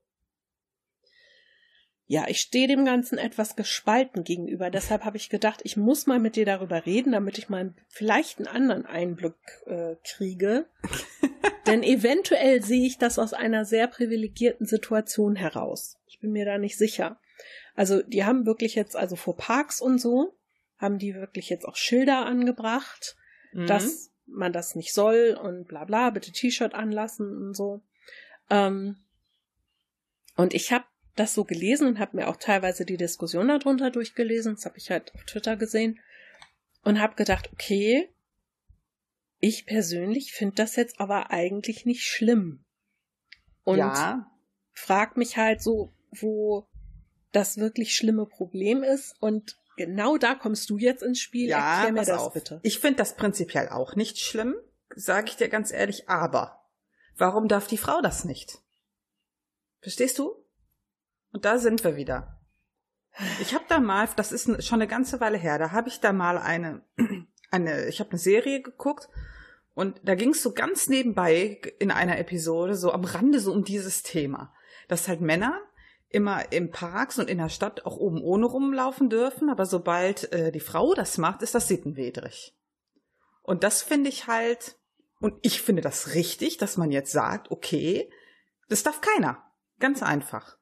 Ja, ich stehe dem Ganzen etwas gespalten gegenüber. Deshalb habe ich gedacht, ich muss mal mit dir darüber reden, damit ich mal vielleicht einen anderen Einblick kriege. Denn eventuell sehe ich das aus einer sehr privilegierten Situation heraus. Ich bin mir da nicht sicher. Also die haben wirklich jetzt, also vor Parks und so, haben die wirklich jetzt auch Schilder angebracht, dass man das nicht soll und bla bla, bitte T-Shirt anlassen und so. Und ich habe das so gelesen und habe mir auch teilweise die Diskussion darunter durchgelesen. Das habe ich halt auf Twitter gesehen und habe gedacht, okay, ich persönlich finde das jetzt aber eigentlich nicht schlimm. Und frag mich halt so, wo das wirklich schlimme Problem ist. Und genau da kommst du jetzt ins Spiel. Ja, erklär mir das auf. Bitte. Ich finde das prinzipiell auch nicht schlimm, sage ich dir ganz ehrlich, aber warum darf die Frau das nicht? Verstehst du? Und da sind wir wieder. Ich habe da mal, das ist schon eine ganze Weile her, da habe ich da mal ich habe eine Serie geguckt Und da ging es so ganz nebenbei in einer Episode, so am Rande so um dieses Thema, dass halt Männer immer im Parks und in der Stadt auch oben ohne rumlaufen dürfen, aber sobald die Frau das macht, ist das sittenwidrig. Und das finde ich halt, und ich finde das richtig, dass man jetzt sagt, okay, das darf keiner. Ganz einfach.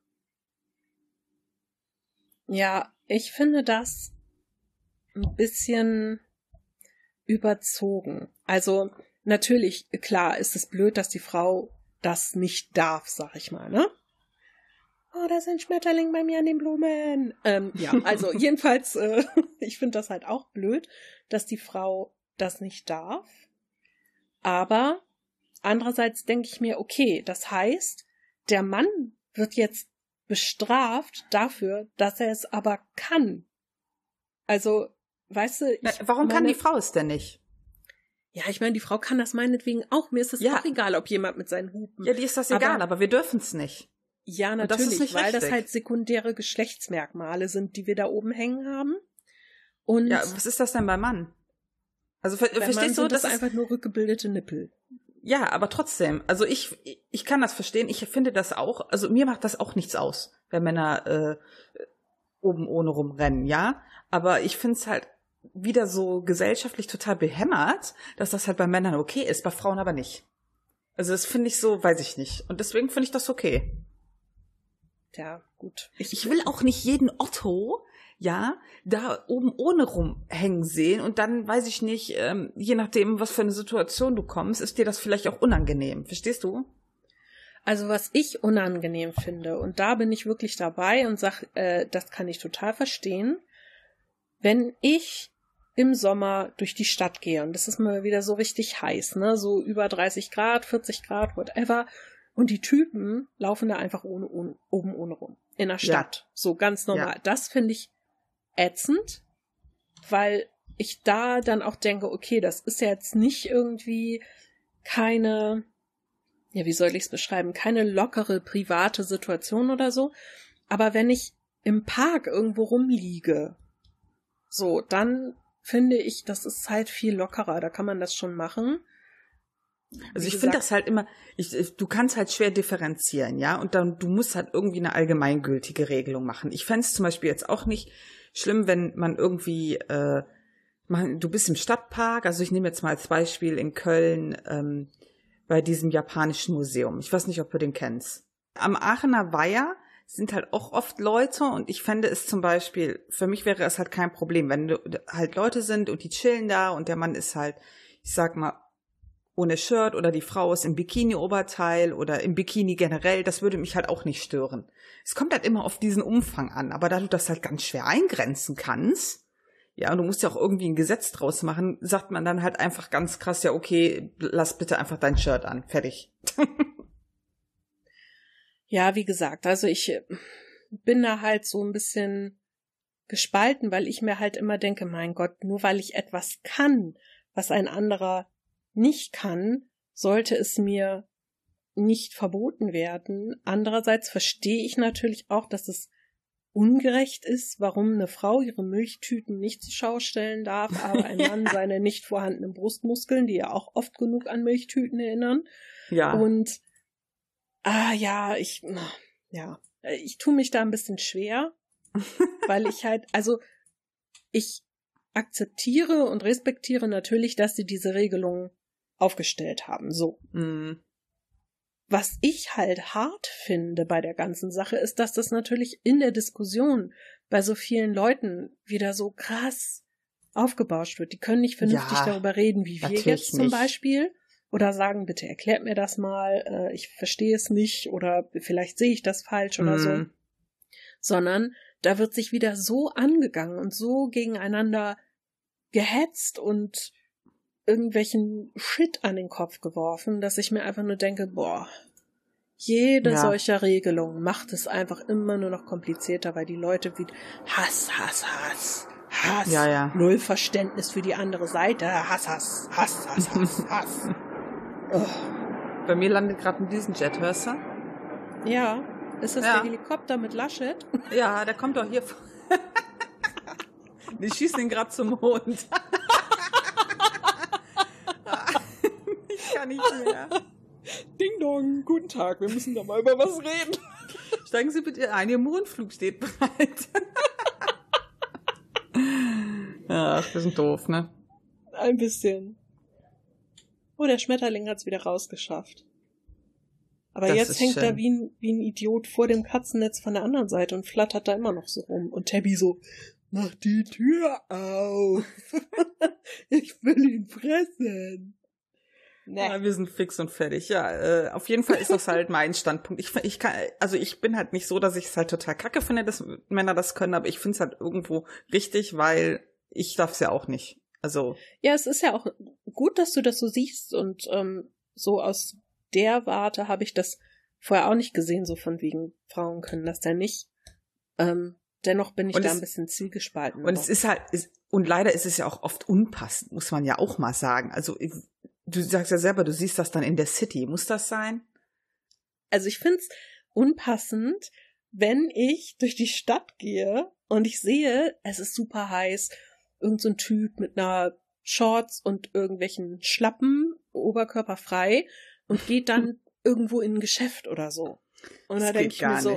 Ja, ich finde das ein bisschen überzogen. Also natürlich, klar, ist es blöd, dass die Frau das nicht darf, sag ich mal, ne? Oh, da ist ein Schmetterling bei mir an den Blumen. Ja, also jedenfalls, ich finde das halt auch blöd, dass die Frau das nicht darf. Aber andererseits denke ich mir, okay, das heißt, der Mann wird jetzt bestraft dafür, dass er es aber kann. Also, weißt du, warum kann die Frau es denn nicht? Ja, ich meine, die Frau kann das meinetwegen auch. Mir ist es auch egal, ob jemand mit seinen Hupen. Ja, dir ist das egal, aber wir dürfen es nicht. Ja, natürlich, weil das halt sekundäre Geschlechtsmerkmale sind, die wir da oben hängen haben. Und ja, was ist das denn beim Mann? Also verstehst du, das einfach nur rückgebildete Nippel. Ja, aber trotzdem, also ich kann das verstehen, ich finde das auch, also mir macht das auch nichts aus, wenn Männer oben ohne rumrennen, ja, aber ich finde es halt wieder so gesellschaftlich total behämmert, dass das halt bei Männern okay ist, bei Frauen aber nicht. Also das finde ich so, weiß ich nicht. Und deswegen finde ich das okay. Ja, gut. Ich will auch nicht jeden Otto, ja, da oben ohne rumhängen sehen und dann, weiß ich nicht, je nachdem, was für eine Situation du kommst, ist dir das vielleicht auch unangenehm. Verstehst du? Also was ich unangenehm finde, und da bin ich wirklich dabei und sag, das kann ich total verstehen, wenn ich im Sommer durch die Stadt gehe und es ist mal wieder so richtig heiß, ne, so über 30 Grad, 40 Grad, whatever, und die Typen laufen da einfach oben ohne rum. In der Stadt. Ja. So ganz normal. Ja. Das finde ich ätzend, weil ich da dann auch denke, okay, das ist ja jetzt nicht irgendwie keine, ja, wie soll ich es beschreiben, keine lockere private Situation oder so. Aber wenn ich im Park irgendwo rumliege, so, dann finde ich, das ist halt viel lockerer. Da kann man das schon machen. Also ich finde das halt immer, du kannst halt schwer differenzieren, ja, und dann, du musst halt irgendwie eine allgemeingültige Regelung machen. Ich fände es zum Beispiel jetzt auch nicht schlimm, wenn man irgendwie, du bist im Stadtpark, also ich nehme jetzt mal als Beispiel in Köln bei diesem japanischen Museum. Ich weiß nicht, ob du den kennst. Am Aachener Weiher sind halt auch oft Leute und ich fände es zum Beispiel, für mich wäre es halt kein Problem, wenn halt Leute sind und die chillen da und der Mann ist halt, ich sag mal, ohne Shirt oder die Frau ist im Bikini-Oberteil oder im Bikini generell, das würde mich halt auch nicht stören. Es kommt halt immer auf diesen Umfang an, aber da du das halt ganz schwer eingrenzen kannst, ja, und du musst ja auch irgendwie ein Gesetz draus machen, sagt man dann halt einfach ganz krass, ja, okay, lass bitte einfach dein Shirt an, fertig. Ja, wie gesagt, also ich bin da halt so ein bisschen gespalten, weil ich mir halt immer denke, mein Gott, nur weil ich etwas kann, was ein anderer nicht kann, sollte es mir nicht verboten werden. Andererseits verstehe ich natürlich auch, dass es ungerecht ist, warum eine Frau ihre Milchtüten nicht zur Schau stellen darf, aber ein Mann seine nicht vorhandenen Brustmuskeln, die ja auch oft genug an Milchtüten erinnern. Ja. Und ich tue mich da ein bisschen schwer, weil ich halt, also ich akzeptiere und respektiere natürlich, dass sie diese Regelung aufgestellt haben, so. Mm. Was ich halt hart finde bei der ganzen Sache ist, dass das natürlich in der Diskussion bei so vielen Leuten wieder so krass aufgebauscht wird. Die können nicht vernünftig darüber reden, wie wir jetzt zum Beispiel, oder sagen, bitte erklärt mir das mal, ich verstehe es nicht oder vielleicht sehe ich das falsch oder so. Sondern da wird sich wieder so angegangen und so gegeneinander gehetzt und irgendwelchen Shit an den Kopf geworfen, dass ich mir einfach nur denke, boah, jede solcher Regelung macht es einfach immer nur noch komplizierter, weil die Leute wie Hass, null Verständnis für die andere Seite, Hass. Oh. Bei mir landet gerade ein Düsenjet, hörst du? Ja, ist das der Helikopter mit Laschet? Ja, der kommt doch hier. Die schießen ihn gerade zum Mond. gar nicht mehr. Ding dong, guten Tag, wir müssen da mal über was reden. Steigen Sie bitte ein, Ihr Mondflug steht bereit. Ach, wir sind doof, ne? Ein bisschen. Oh, der Schmetterling hat's wieder rausgeschafft. Aber Das jetzt ist hängt schön. er wie ein Idiot vor dem Katzennetz von der anderen Seite und flattert da immer noch so rum. Und Tabby so, mach die Tür auf. Ich will ihn fressen. Nee. Ja, wir sind fix und fertig. Ja, auf jeden Fall ist das halt mein Standpunkt. Ich bin halt nicht so, dass ich es halt total kacke finde, dass Männer das können, aber ich finde es halt irgendwo richtig, weil ich darf es ja auch nicht. Also. Ja, es ist ja auch gut, dass du das so siehst und so aus der Warte habe ich das vorher auch nicht gesehen, so von wegen Frauen können das ja nicht. Dennoch bin ich da ein bisschen zielgespalten. Und es ist halt, und leider ist es ja auch oft unpassend, muss man ja auch mal sagen. Also du sagst ja selber, du siehst das dann in der City. Muss das sein? Also ich find's unpassend, wenn ich durch die Stadt gehe und ich sehe, es ist super heiß, irgend so ein Typ mit einer Shorts und irgendwelchen Schlappen, oberkörperfrrei und geht dann irgendwo in ein Geschäft oder so. Und da denke ich mir so,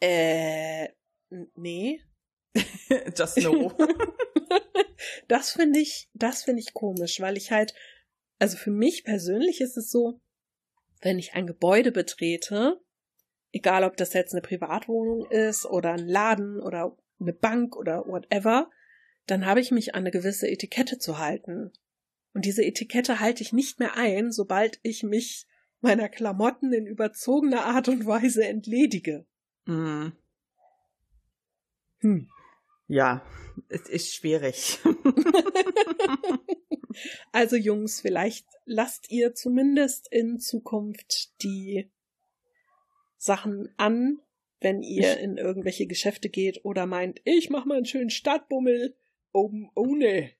nee. Just no. Das finde ich komisch, weil ich halt, also für mich persönlich ist es so, wenn ich ein Gebäude betrete, egal ob das jetzt eine Privatwohnung ist oder ein Laden oder eine Bank oder whatever, dann habe ich mich an eine gewisse Etikette zu halten. Und diese Etikette halte ich nicht mehr ein, sobald ich mich meiner Klamotten in überzogener Art und Weise entledige. Mm. Ja, es ist schwierig. Also Jungs, vielleicht lasst ihr zumindest in Zukunft die Sachen an, wenn ihr in irgendwelche Geschäfte geht oder meint, ich mach mal einen schönen Stadtbummel oben ohne.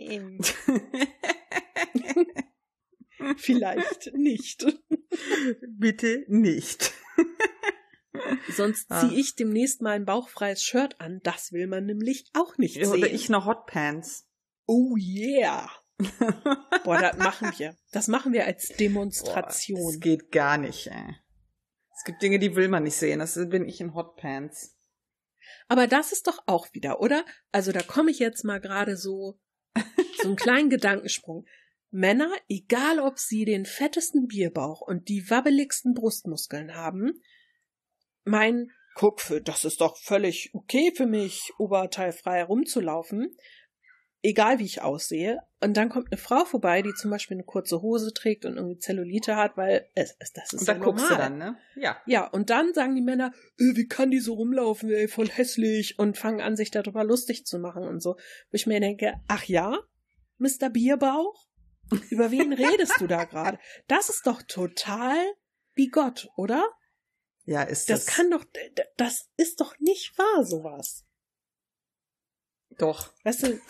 Vielleicht nicht. Bitte nicht. Sonst ziehe ich demnächst mal ein bauchfreies Shirt an. Das will man nämlich auch nicht sehen. Oder ich noch Hotpants. Oh yeah. Boah, das machen wir. Das machen wir als Demonstration. Boah, das geht gar nicht, ey. Es gibt Dinge, die will man nicht sehen. Das bin ich in Hotpants. Aber das ist doch auch wieder, oder? Also da komme ich jetzt mal gerade so einen kleinen Gedankensprung. Männer, egal ob sie den fettesten Bierbauch und die wabbeligsten Brustmuskeln haben, meinen, guck, das ist doch völlig okay für mich, oberteilfrei herumzulaufen, egal wie ich aussehe. Und dann kommt eine Frau vorbei, die zum Beispiel eine kurze Hose trägt und irgendwie Zellulite hat, weil das ist und ja dann guckst normal. du dann, ne? Ja. Ja, und dann sagen die Männer, wie kann die so rumlaufen, ey, voll hässlich, und fangen an, sich darüber lustig zu machen und so. Wo ich mir denke, ach ja, Mr. Bierbauch? Über wen redest du da gerade? Das ist doch total bigott, oder? Ja, ist das. Das ist doch nicht wahr, sowas. Doch. Weißt du,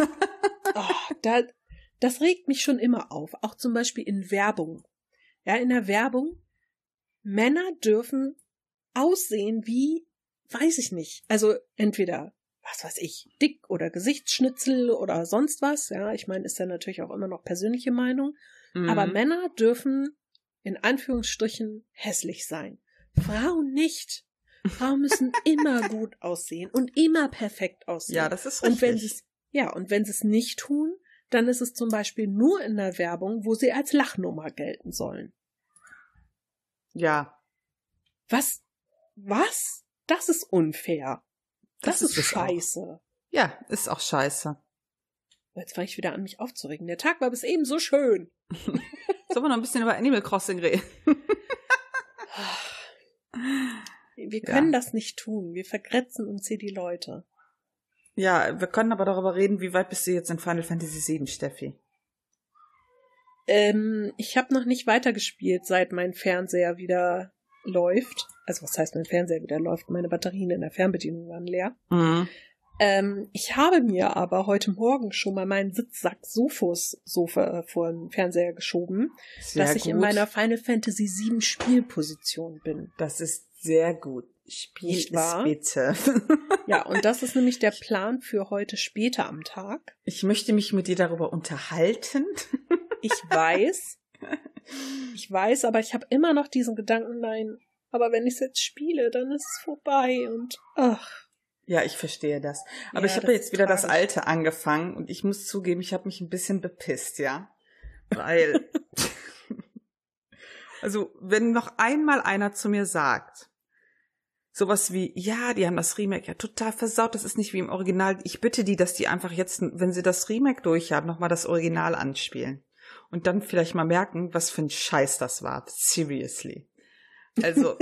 das regt mich schon immer auf. Auch zum Beispiel in Werbung. Ja, in der Werbung, Männer dürfen aussehen wie, weiß ich nicht, also entweder, was weiß ich, dick oder Gesichtsschnitzel oder sonst was. Ja, ich meine, ist ja natürlich auch immer noch persönliche Meinung. Aber Männer dürfen in Anführungsstrichen hässlich sein. Frauen nicht. Frauen müssen immer gut aussehen und immer perfekt aussehen. Ja, das ist richtig. Und wenn sie es nicht tun, dann ist es zum Beispiel nur in der Werbung, wo sie als Lachnummer gelten sollen. Ja. Was? Das ist unfair. Das ist scheiße. Auch. Ja, ist auch scheiße. Jetzt fange ich wieder an, mich aufzuregen. Der Tag war bis eben so schön. Sollen wir noch ein bisschen über Animal Crossing reden? Wir können das nicht tun. Wir vergrätzen uns hier die Leute. Ja, wir können aber darüber reden, wie weit bist du jetzt in Final Fantasy VII, Steffi? Ich habe noch nicht weitergespielt, seit mein Fernseher wieder läuft. Also was heißt, mein Fernseher wieder läuft? Meine Batterien in der Fernbedienung waren leer. Mhm. Ich habe mir aber heute Morgen schon mal meinen Sitzsack Sofa vor den Fernseher geschoben, dass ich in meiner Final Fantasy VII Spielposition bin. Das ist sehr gut. Spiel ist bitte. Ja, und das ist nämlich der Plan für heute später am Tag. Ich möchte mich mit dir darüber unterhalten. Ich weiß. Ich weiß, aber ich habe immer noch diesen Gedanken, nein, aber wenn ich es jetzt spiele, dann ist es vorbei und ach. Ja, ich verstehe das. Aber Ja, ich habe das jetzt ist wieder das tragisch. Alte angefangen und ich muss zugeben, ich habe mich ein bisschen bepisst, ja. Weil, also, wenn noch einmal einer zu mir sagt, sowas wie, ja, die haben das Remake ja total versaut, das ist nicht wie im Original. Ich bitte die, dass die einfach jetzt, wenn sie das Remake durch haben, nochmal das Original anspielen. Und dann vielleicht mal merken, was für ein Scheiß das war. Seriously. Also,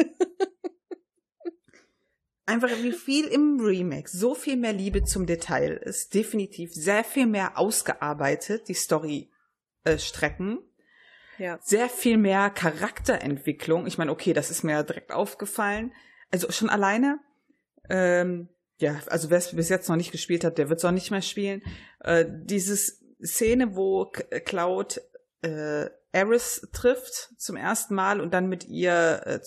einfach wie viel im Remake, so viel mehr Liebe zum Detail ist, definitiv sehr viel mehr ausgearbeitet, die Story-Strecken. Ja. Sehr viel mehr Charakterentwicklung. Ich meine, okay, das ist mir ja direkt aufgefallen. Also schon alleine, ja, also wer es bis jetzt noch nicht gespielt hat, der wird es auch nicht mehr spielen. Dieses Szene, wo Cloud Aerith trifft zum ersten Mal und dann mit ihr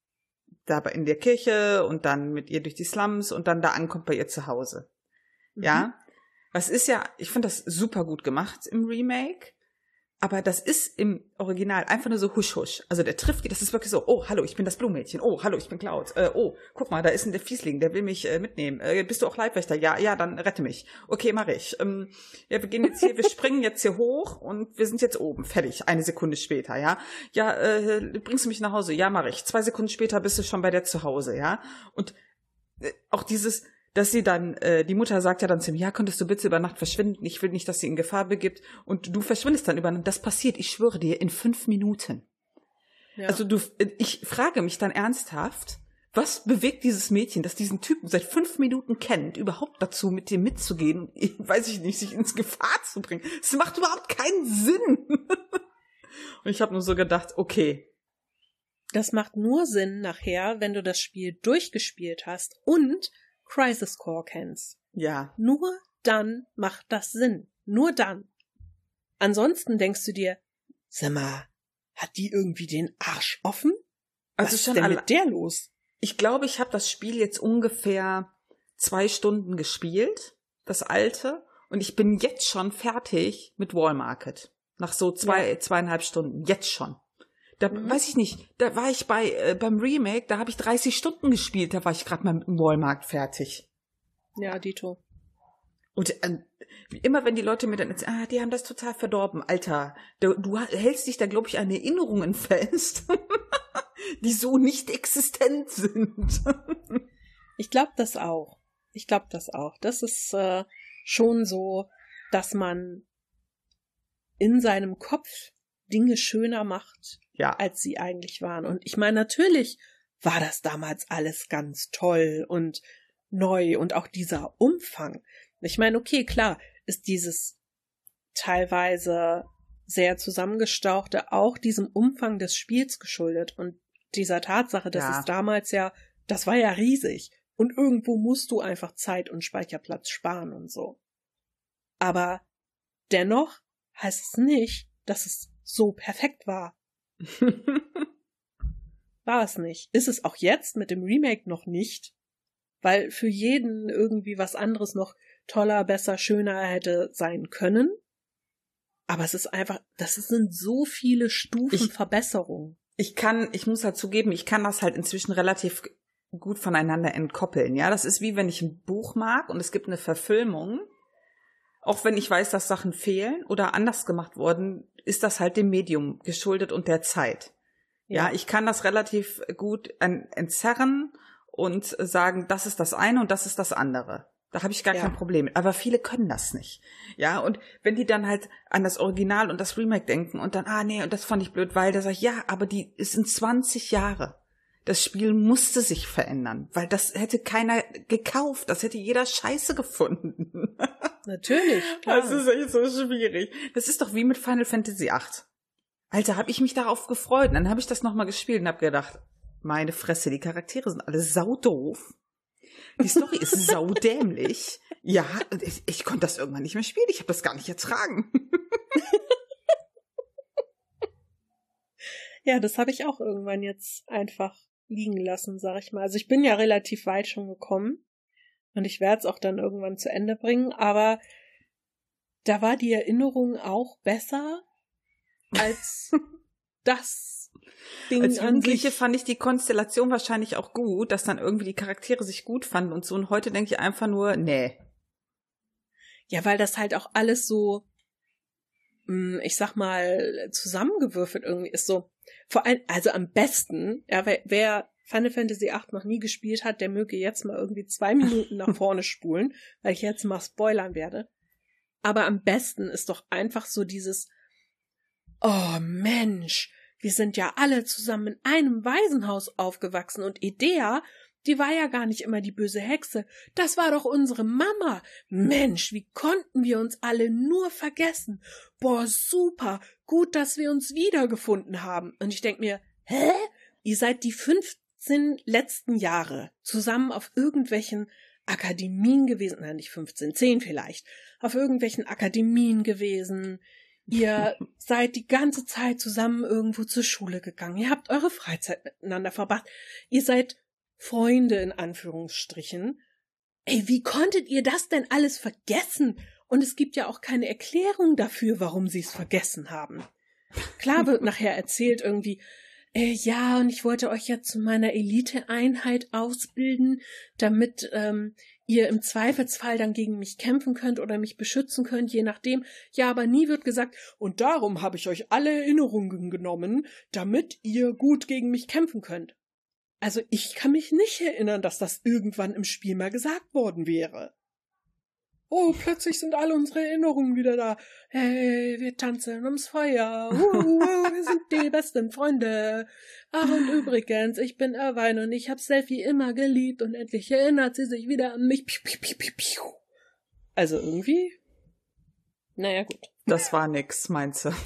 da in der Kirche und dann mit ihr durch die Slums und dann da ankommt bei ihr zu Hause. Ja, was ist ja, ich finde das super gut gemacht im Remake. Aber das ist im Original einfach nur so husch-husch. Also der trifft die, das ist wirklich so, oh, hallo, ich bin das Blumenmädchen. Oh, hallo, ich bin Cloud. Oh, guck mal, da ist der Fiesling, der will mich mitnehmen. Bist du auch Leibwächter? Ja, dann rette mich. Okay, mach ich. Ja, wir gehen jetzt hier, wir springen jetzt hier hoch und wir sind jetzt oben. Fertig, 1 Sekunde später, ja. Ja, bringst du mich nach Hause? Ja, mach ich. 2 Sekunden später bist du schon bei der zu Hause, ja. Und auch dieses, dass sie dann, die Mutter sagt ja dann zu ihm, ja, könntest du bitte über Nacht verschwinden? Ich will nicht, dass sie in Gefahr begibt. Und du verschwindest dann über Nacht. Das passiert, ich schwöre dir, in 5 Minuten. Ja. Also ich frage mich dann ernsthaft, was bewegt dieses Mädchen, das diesen Typen seit 5 Minuten kennt, überhaupt dazu, mit dem mitzugehen? Weiß ich nicht, sich ins Gefahr zu bringen. Es macht überhaupt keinen Sinn. Und ich habe nur so gedacht, okay. Das macht nur Sinn nachher, wenn du das Spiel durchgespielt hast und Crisis Core kennst. Ja. Nur dann macht das Sinn. Nur dann. Ansonsten denkst du dir, sag mal, hat die irgendwie den Arsch offen? Also was ist denn mit der los? Ich glaube, ich habe das Spiel jetzt ungefähr 2 Stunden gespielt, das alte, und ich bin jetzt schon fertig mit Wall Market. Nach so 2,5 Stunden. Jetzt schon. Da weiß ich nicht, da war ich beim Remake, da habe ich 30 Stunden gespielt, da war ich gerade mal mit dem Walmart fertig. Ja, Dito. Und immer wenn die Leute mir dann erzählen, die haben das total verdorben. Alter, du hältst dich da, glaube ich, an Erinnerungen fest, die so nicht existent sind. Ich glaube das auch. Das ist schon so, dass man in seinem Kopf Dinge schöner macht, als sie eigentlich waren. Und ich meine, natürlich war das damals alles ganz toll und neu und auch dieser Umfang. Ich meine, okay, klar, ist dieses teilweise sehr zusammengestauchte auch diesem Umfang des Spiels geschuldet und dieser Tatsache, dass es damals das war ja riesig. Und irgendwo musst du einfach Zeit und Speicherplatz sparen und so. Aber dennoch heißt es nicht, dass es so perfekt war. War es nicht. Ist es auch jetzt mit dem Remake noch nicht, weil für jeden irgendwie was anderes noch toller, besser, schöner hätte sein können. Aber es ist einfach, das sind so viele Stufen Verbesserungen. Ich muss halt zugeben, ich kann das halt inzwischen relativ gut voneinander entkoppeln. Ja, das ist wie wenn ich ein Buch mag und es gibt eine Verfilmung. Auch wenn ich weiß, dass Sachen fehlen oder anders gemacht wurden, ist das halt dem Medium geschuldet und der Zeit. Ja, ich kann das relativ gut entzerren und sagen, das ist das eine und das ist das andere. Da habe ich gar kein Problem mit. Aber viele können das nicht. Ja, und wenn die dann halt an das Original und das Remake denken und dann, nee, und das fand ich blöd, weil da sag ich, ja, aber es sind 20 Jahre. Das Spiel musste sich verändern, weil das hätte keiner gekauft. Das hätte jeder scheiße gefunden. Natürlich, klar. Das ist echt so schwierig. Das ist doch wie mit Final Fantasy VIII. Alter, habe ich mich darauf gefreut. Und dann habe ich das nochmal gespielt und habe gedacht, meine Fresse, die Charaktere sind alle saudoof. Die Story ist saudämlich. Ja, ich konnte das irgendwann nicht mehr spielen. Ich habe das gar nicht ertragen. Ja, das habe ich auch irgendwann jetzt einfach liegen lassen, sag ich mal. Also ich bin ja relativ weit schon gekommen und ich werde es auch dann irgendwann zu Ende bringen, aber da war die Erinnerung auch besser als das Ding als Jugendliche an sich. fand ich die Konstellation wahrscheinlich auch gut, dass dann irgendwie die Charaktere sich gut fanden und so. Und heute denke ich einfach nur, nee. Ja, weil das halt auch alles so, ich sag mal, zusammengewürfelt irgendwie ist so. Vor allem, also am besten, ja, wer Final Fantasy VIII noch nie gespielt hat, der möge jetzt mal irgendwie 2 Minuten nach vorne spulen, weil ich jetzt mal spoilern werde. Aber am besten ist doch einfach so dieses, oh Mensch, wir sind ja alle zusammen in einem Waisenhaus aufgewachsen und Idea, die war ja gar nicht immer die böse Hexe. Das war doch unsere Mama. Mensch, wie konnten wir uns alle nur vergessen? Boah, super, gut, dass wir uns wiedergefunden haben. Und ich denk mir, hä? Ihr seid die 15 letzten Jahre zusammen auf irgendwelchen Akademien gewesen, nein, nicht 15, 10 vielleicht, auf irgendwelchen Akademien gewesen. Ihr seid die ganze Zeit zusammen irgendwo zur Schule gegangen. Ihr habt eure Freizeit miteinander verbracht. Ihr seid Freunde in Anführungsstrichen. Ey, wie konntet ihr das denn alles vergessen? Und es gibt ja auch keine Erklärung dafür, warum sie es vergessen haben. Klar wird nachher erzählt irgendwie, ja, und ich wollte euch ja zu meiner Elite-Einheit ausbilden, damit ihr im Zweifelsfall dann gegen mich kämpfen könnt oder mich beschützen könnt, je nachdem. Ja, aber nie wird gesagt, und darum habe ich euch alle Erinnerungen genommen, damit ihr gut gegen mich kämpfen könnt. Also ich kann mich nicht erinnern, dass das irgendwann im Spiel mal gesagt worden wäre. Oh, plötzlich sind alle unsere Erinnerungen wieder da. Hey, wir tanzen ums Feuer. Wir sind die besten Freunde. Ach, und übrigens, ich bin Irvine und ich hab Selfie immer geliebt und endlich erinnert sie sich wieder an mich. Piu, piu, piu, piu, piu. Also irgendwie? Naja, gut. Das war nix, meinst du?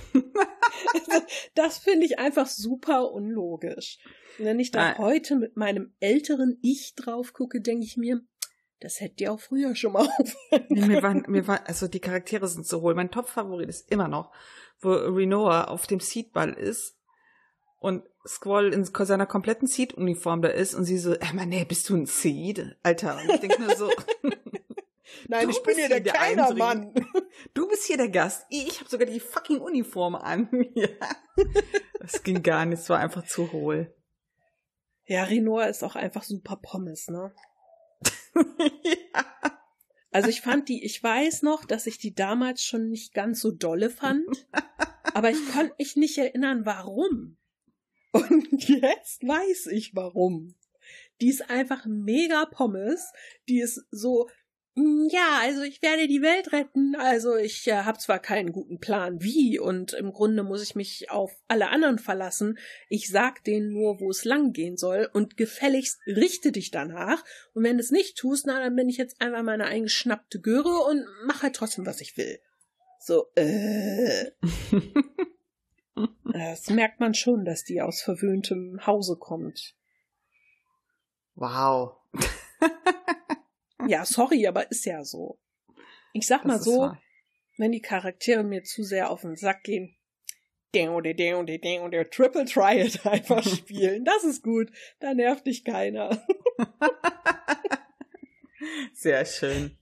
Das finde ich einfach super unlogisch. Und wenn ich da heute mit meinem älteren Ich drauf gucke, denke ich mir, das hätte ihr auch früher schon mal aufhören. Mir war, also die Charaktere sind so hohl. Mein Top-Favorit ist immer noch, wo Rinoa auf dem Seedball ist und Squall in seiner kompletten Seed-Uniform da ist und sie so, nee, bist du ein Seed? Alter, und ich denke nur so, nein, ich bin hier der Keinermann. Du bist hier der Gast. Ich habe sogar die fucking Uniform an. Ja. Das ging gar nicht, es war einfach zu hohl. Ja, Rinoa ist auch einfach super Pommes, ne? Ja. Also ich weiß noch, dass ich die damals schon nicht ganz so dolle fand, aber ich konnte mich nicht erinnern, warum. Und jetzt weiß ich, warum. Die ist einfach mega Pommes, die ist so, ja, also ich werde die Welt retten, also ich habe zwar keinen guten Plan wie und im Grunde muss ich mich auf alle anderen verlassen, ich sag denen nur, wo es lang gehen soll und gefälligst richte dich danach und wenn du es nicht tust, na, dann bin ich jetzt einfach meine eingeschnappte Göre und mache halt trotzdem, was ich will. So, Das merkt man schon, dass die aus verwöhntem Hause kommt. Wow. Ja, sorry, aber ist ja so. Ich sag mal so, wenn die Charaktere mir zu sehr auf den Sack gehen, der Triple Triad einfach spielen, das ist gut, da nervt dich keiner. Sehr schön.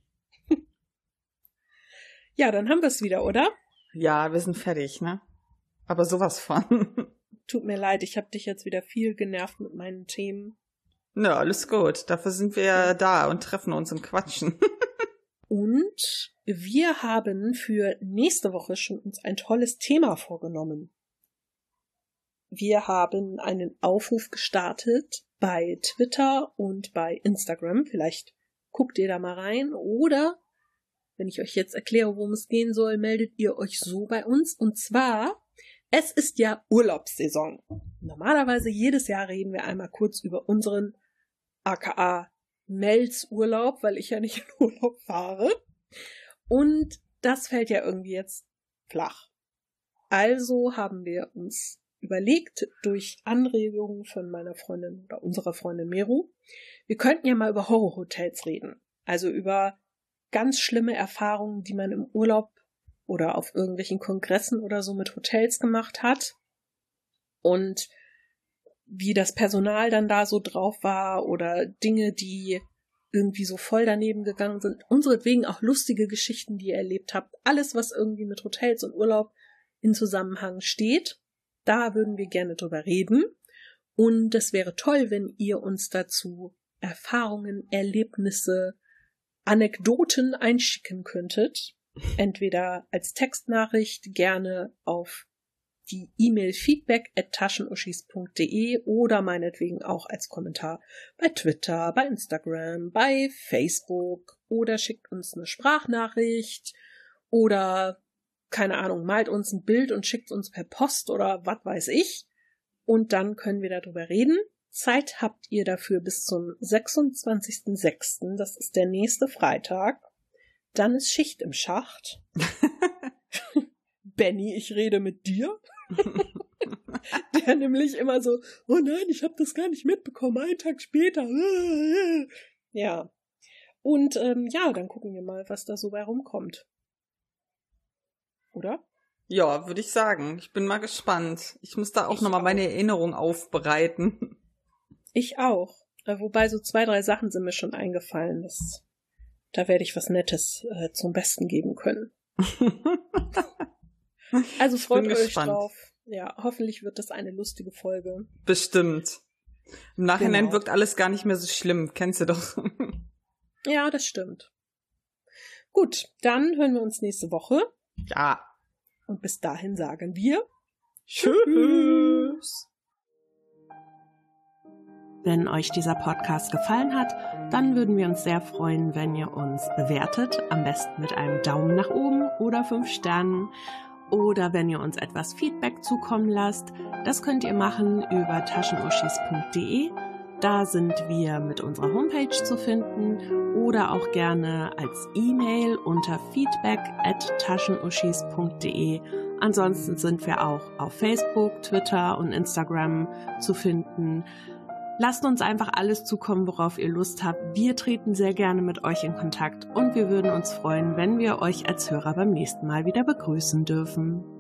Ja, dann haben wir es wieder, oder? Ja, wir sind fertig, ne? Aber sowas von. Tut mir leid, ich habe dich jetzt wieder viel genervt mit meinen Themen. Na, alles gut. Dafür sind wir ja da und treffen uns und quatschen. Und wir haben für nächste Woche schon uns ein tolles Thema vorgenommen. Wir haben einen Aufruf gestartet bei Twitter und bei Instagram. Vielleicht guckt ihr da mal rein. Oder, wenn ich euch jetzt erkläre, worum es gehen soll, meldet ihr euch so bei uns. Und zwar, es ist ja Urlaubssaison. Normalerweise jedes Jahr reden wir einmal kurz über unseren aka Mels Urlaub, weil ich ja nicht in Urlaub fahre. Und das fällt ja irgendwie jetzt flach. Also haben wir uns überlegt, durch Anregungen von meiner Freundin oder unserer Freundin Meru, wir könnten ja mal über Horrorhotels reden. Also über ganz schlimme Erfahrungen, die man im Urlaub oder auf irgendwelchen Kongressen oder so mit Hotels gemacht hat. Und wie das Personal dann da so drauf war oder Dinge, die irgendwie so voll daneben gegangen sind. Unseretwegen auch lustige Geschichten, die ihr erlebt habt. Alles, was irgendwie mit Hotels und Urlaub in Zusammenhang steht. Da würden wir gerne drüber reden. Und es wäre toll, wenn ihr uns dazu Erfahrungen, Erlebnisse, Anekdoten einschicken könntet. Entweder als Textnachricht gerne auf die E-Mail feedback@taschenuschis.de oder meinetwegen auch als Kommentar bei Twitter, bei Instagram, bei Facebook oder schickt uns eine Sprachnachricht oder, keine Ahnung, malt uns ein Bild und schickt uns per Post oder was weiß ich. Und dann können wir darüber reden. Zeit habt ihr dafür bis zum 26.06., das ist der nächste Freitag. Dann ist Schicht im Schacht. Benny, ich rede mit dir. Der nämlich immer so, oh nein, ich habe das gar nicht mitbekommen, einen Tag später. Ja. Und dann gucken wir mal, was da so bei rumkommt. Oder? Ja, würde ich sagen. Ich bin mal gespannt. Ich muss da auch nochmal meine Erinnerung aufbereiten. Ich auch. Wobei so 2, 3 Sachen sind mir schon eingefallen. Da werde ich was Nettes zum Besten geben können. Also freut euch drauf. Ja, hoffentlich wird das eine lustige Folge. Bestimmt. Im Nachhinein wirkt alles gar nicht mehr so schlimm. Kennst du doch. Ja, das stimmt. Gut, dann hören wir uns nächste Woche. Ja. Und bis dahin sagen wir Tschüss. Wenn euch dieser Podcast gefallen hat, dann würden wir uns sehr freuen, wenn ihr uns bewertet. Am besten mit einem Daumen nach oben oder 5 Sternen. Oder wenn ihr uns etwas Feedback zukommen lasst. Das könnt ihr machen über taschenuschis.de. Da sind wir mit unserer Homepage zu finden oder auch gerne als E-Mail unter feedback@taschenuschis.de. Ansonsten sind wir auch auf Facebook, Twitter und Instagram zu finden. Lasst uns einfach alles zukommen, worauf ihr Lust habt. Wir treten sehr gerne mit euch in Kontakt und wir würden uns freuen, wenn wir euch als Hörer beim nächsten Mal wieder begrüßen dürfen.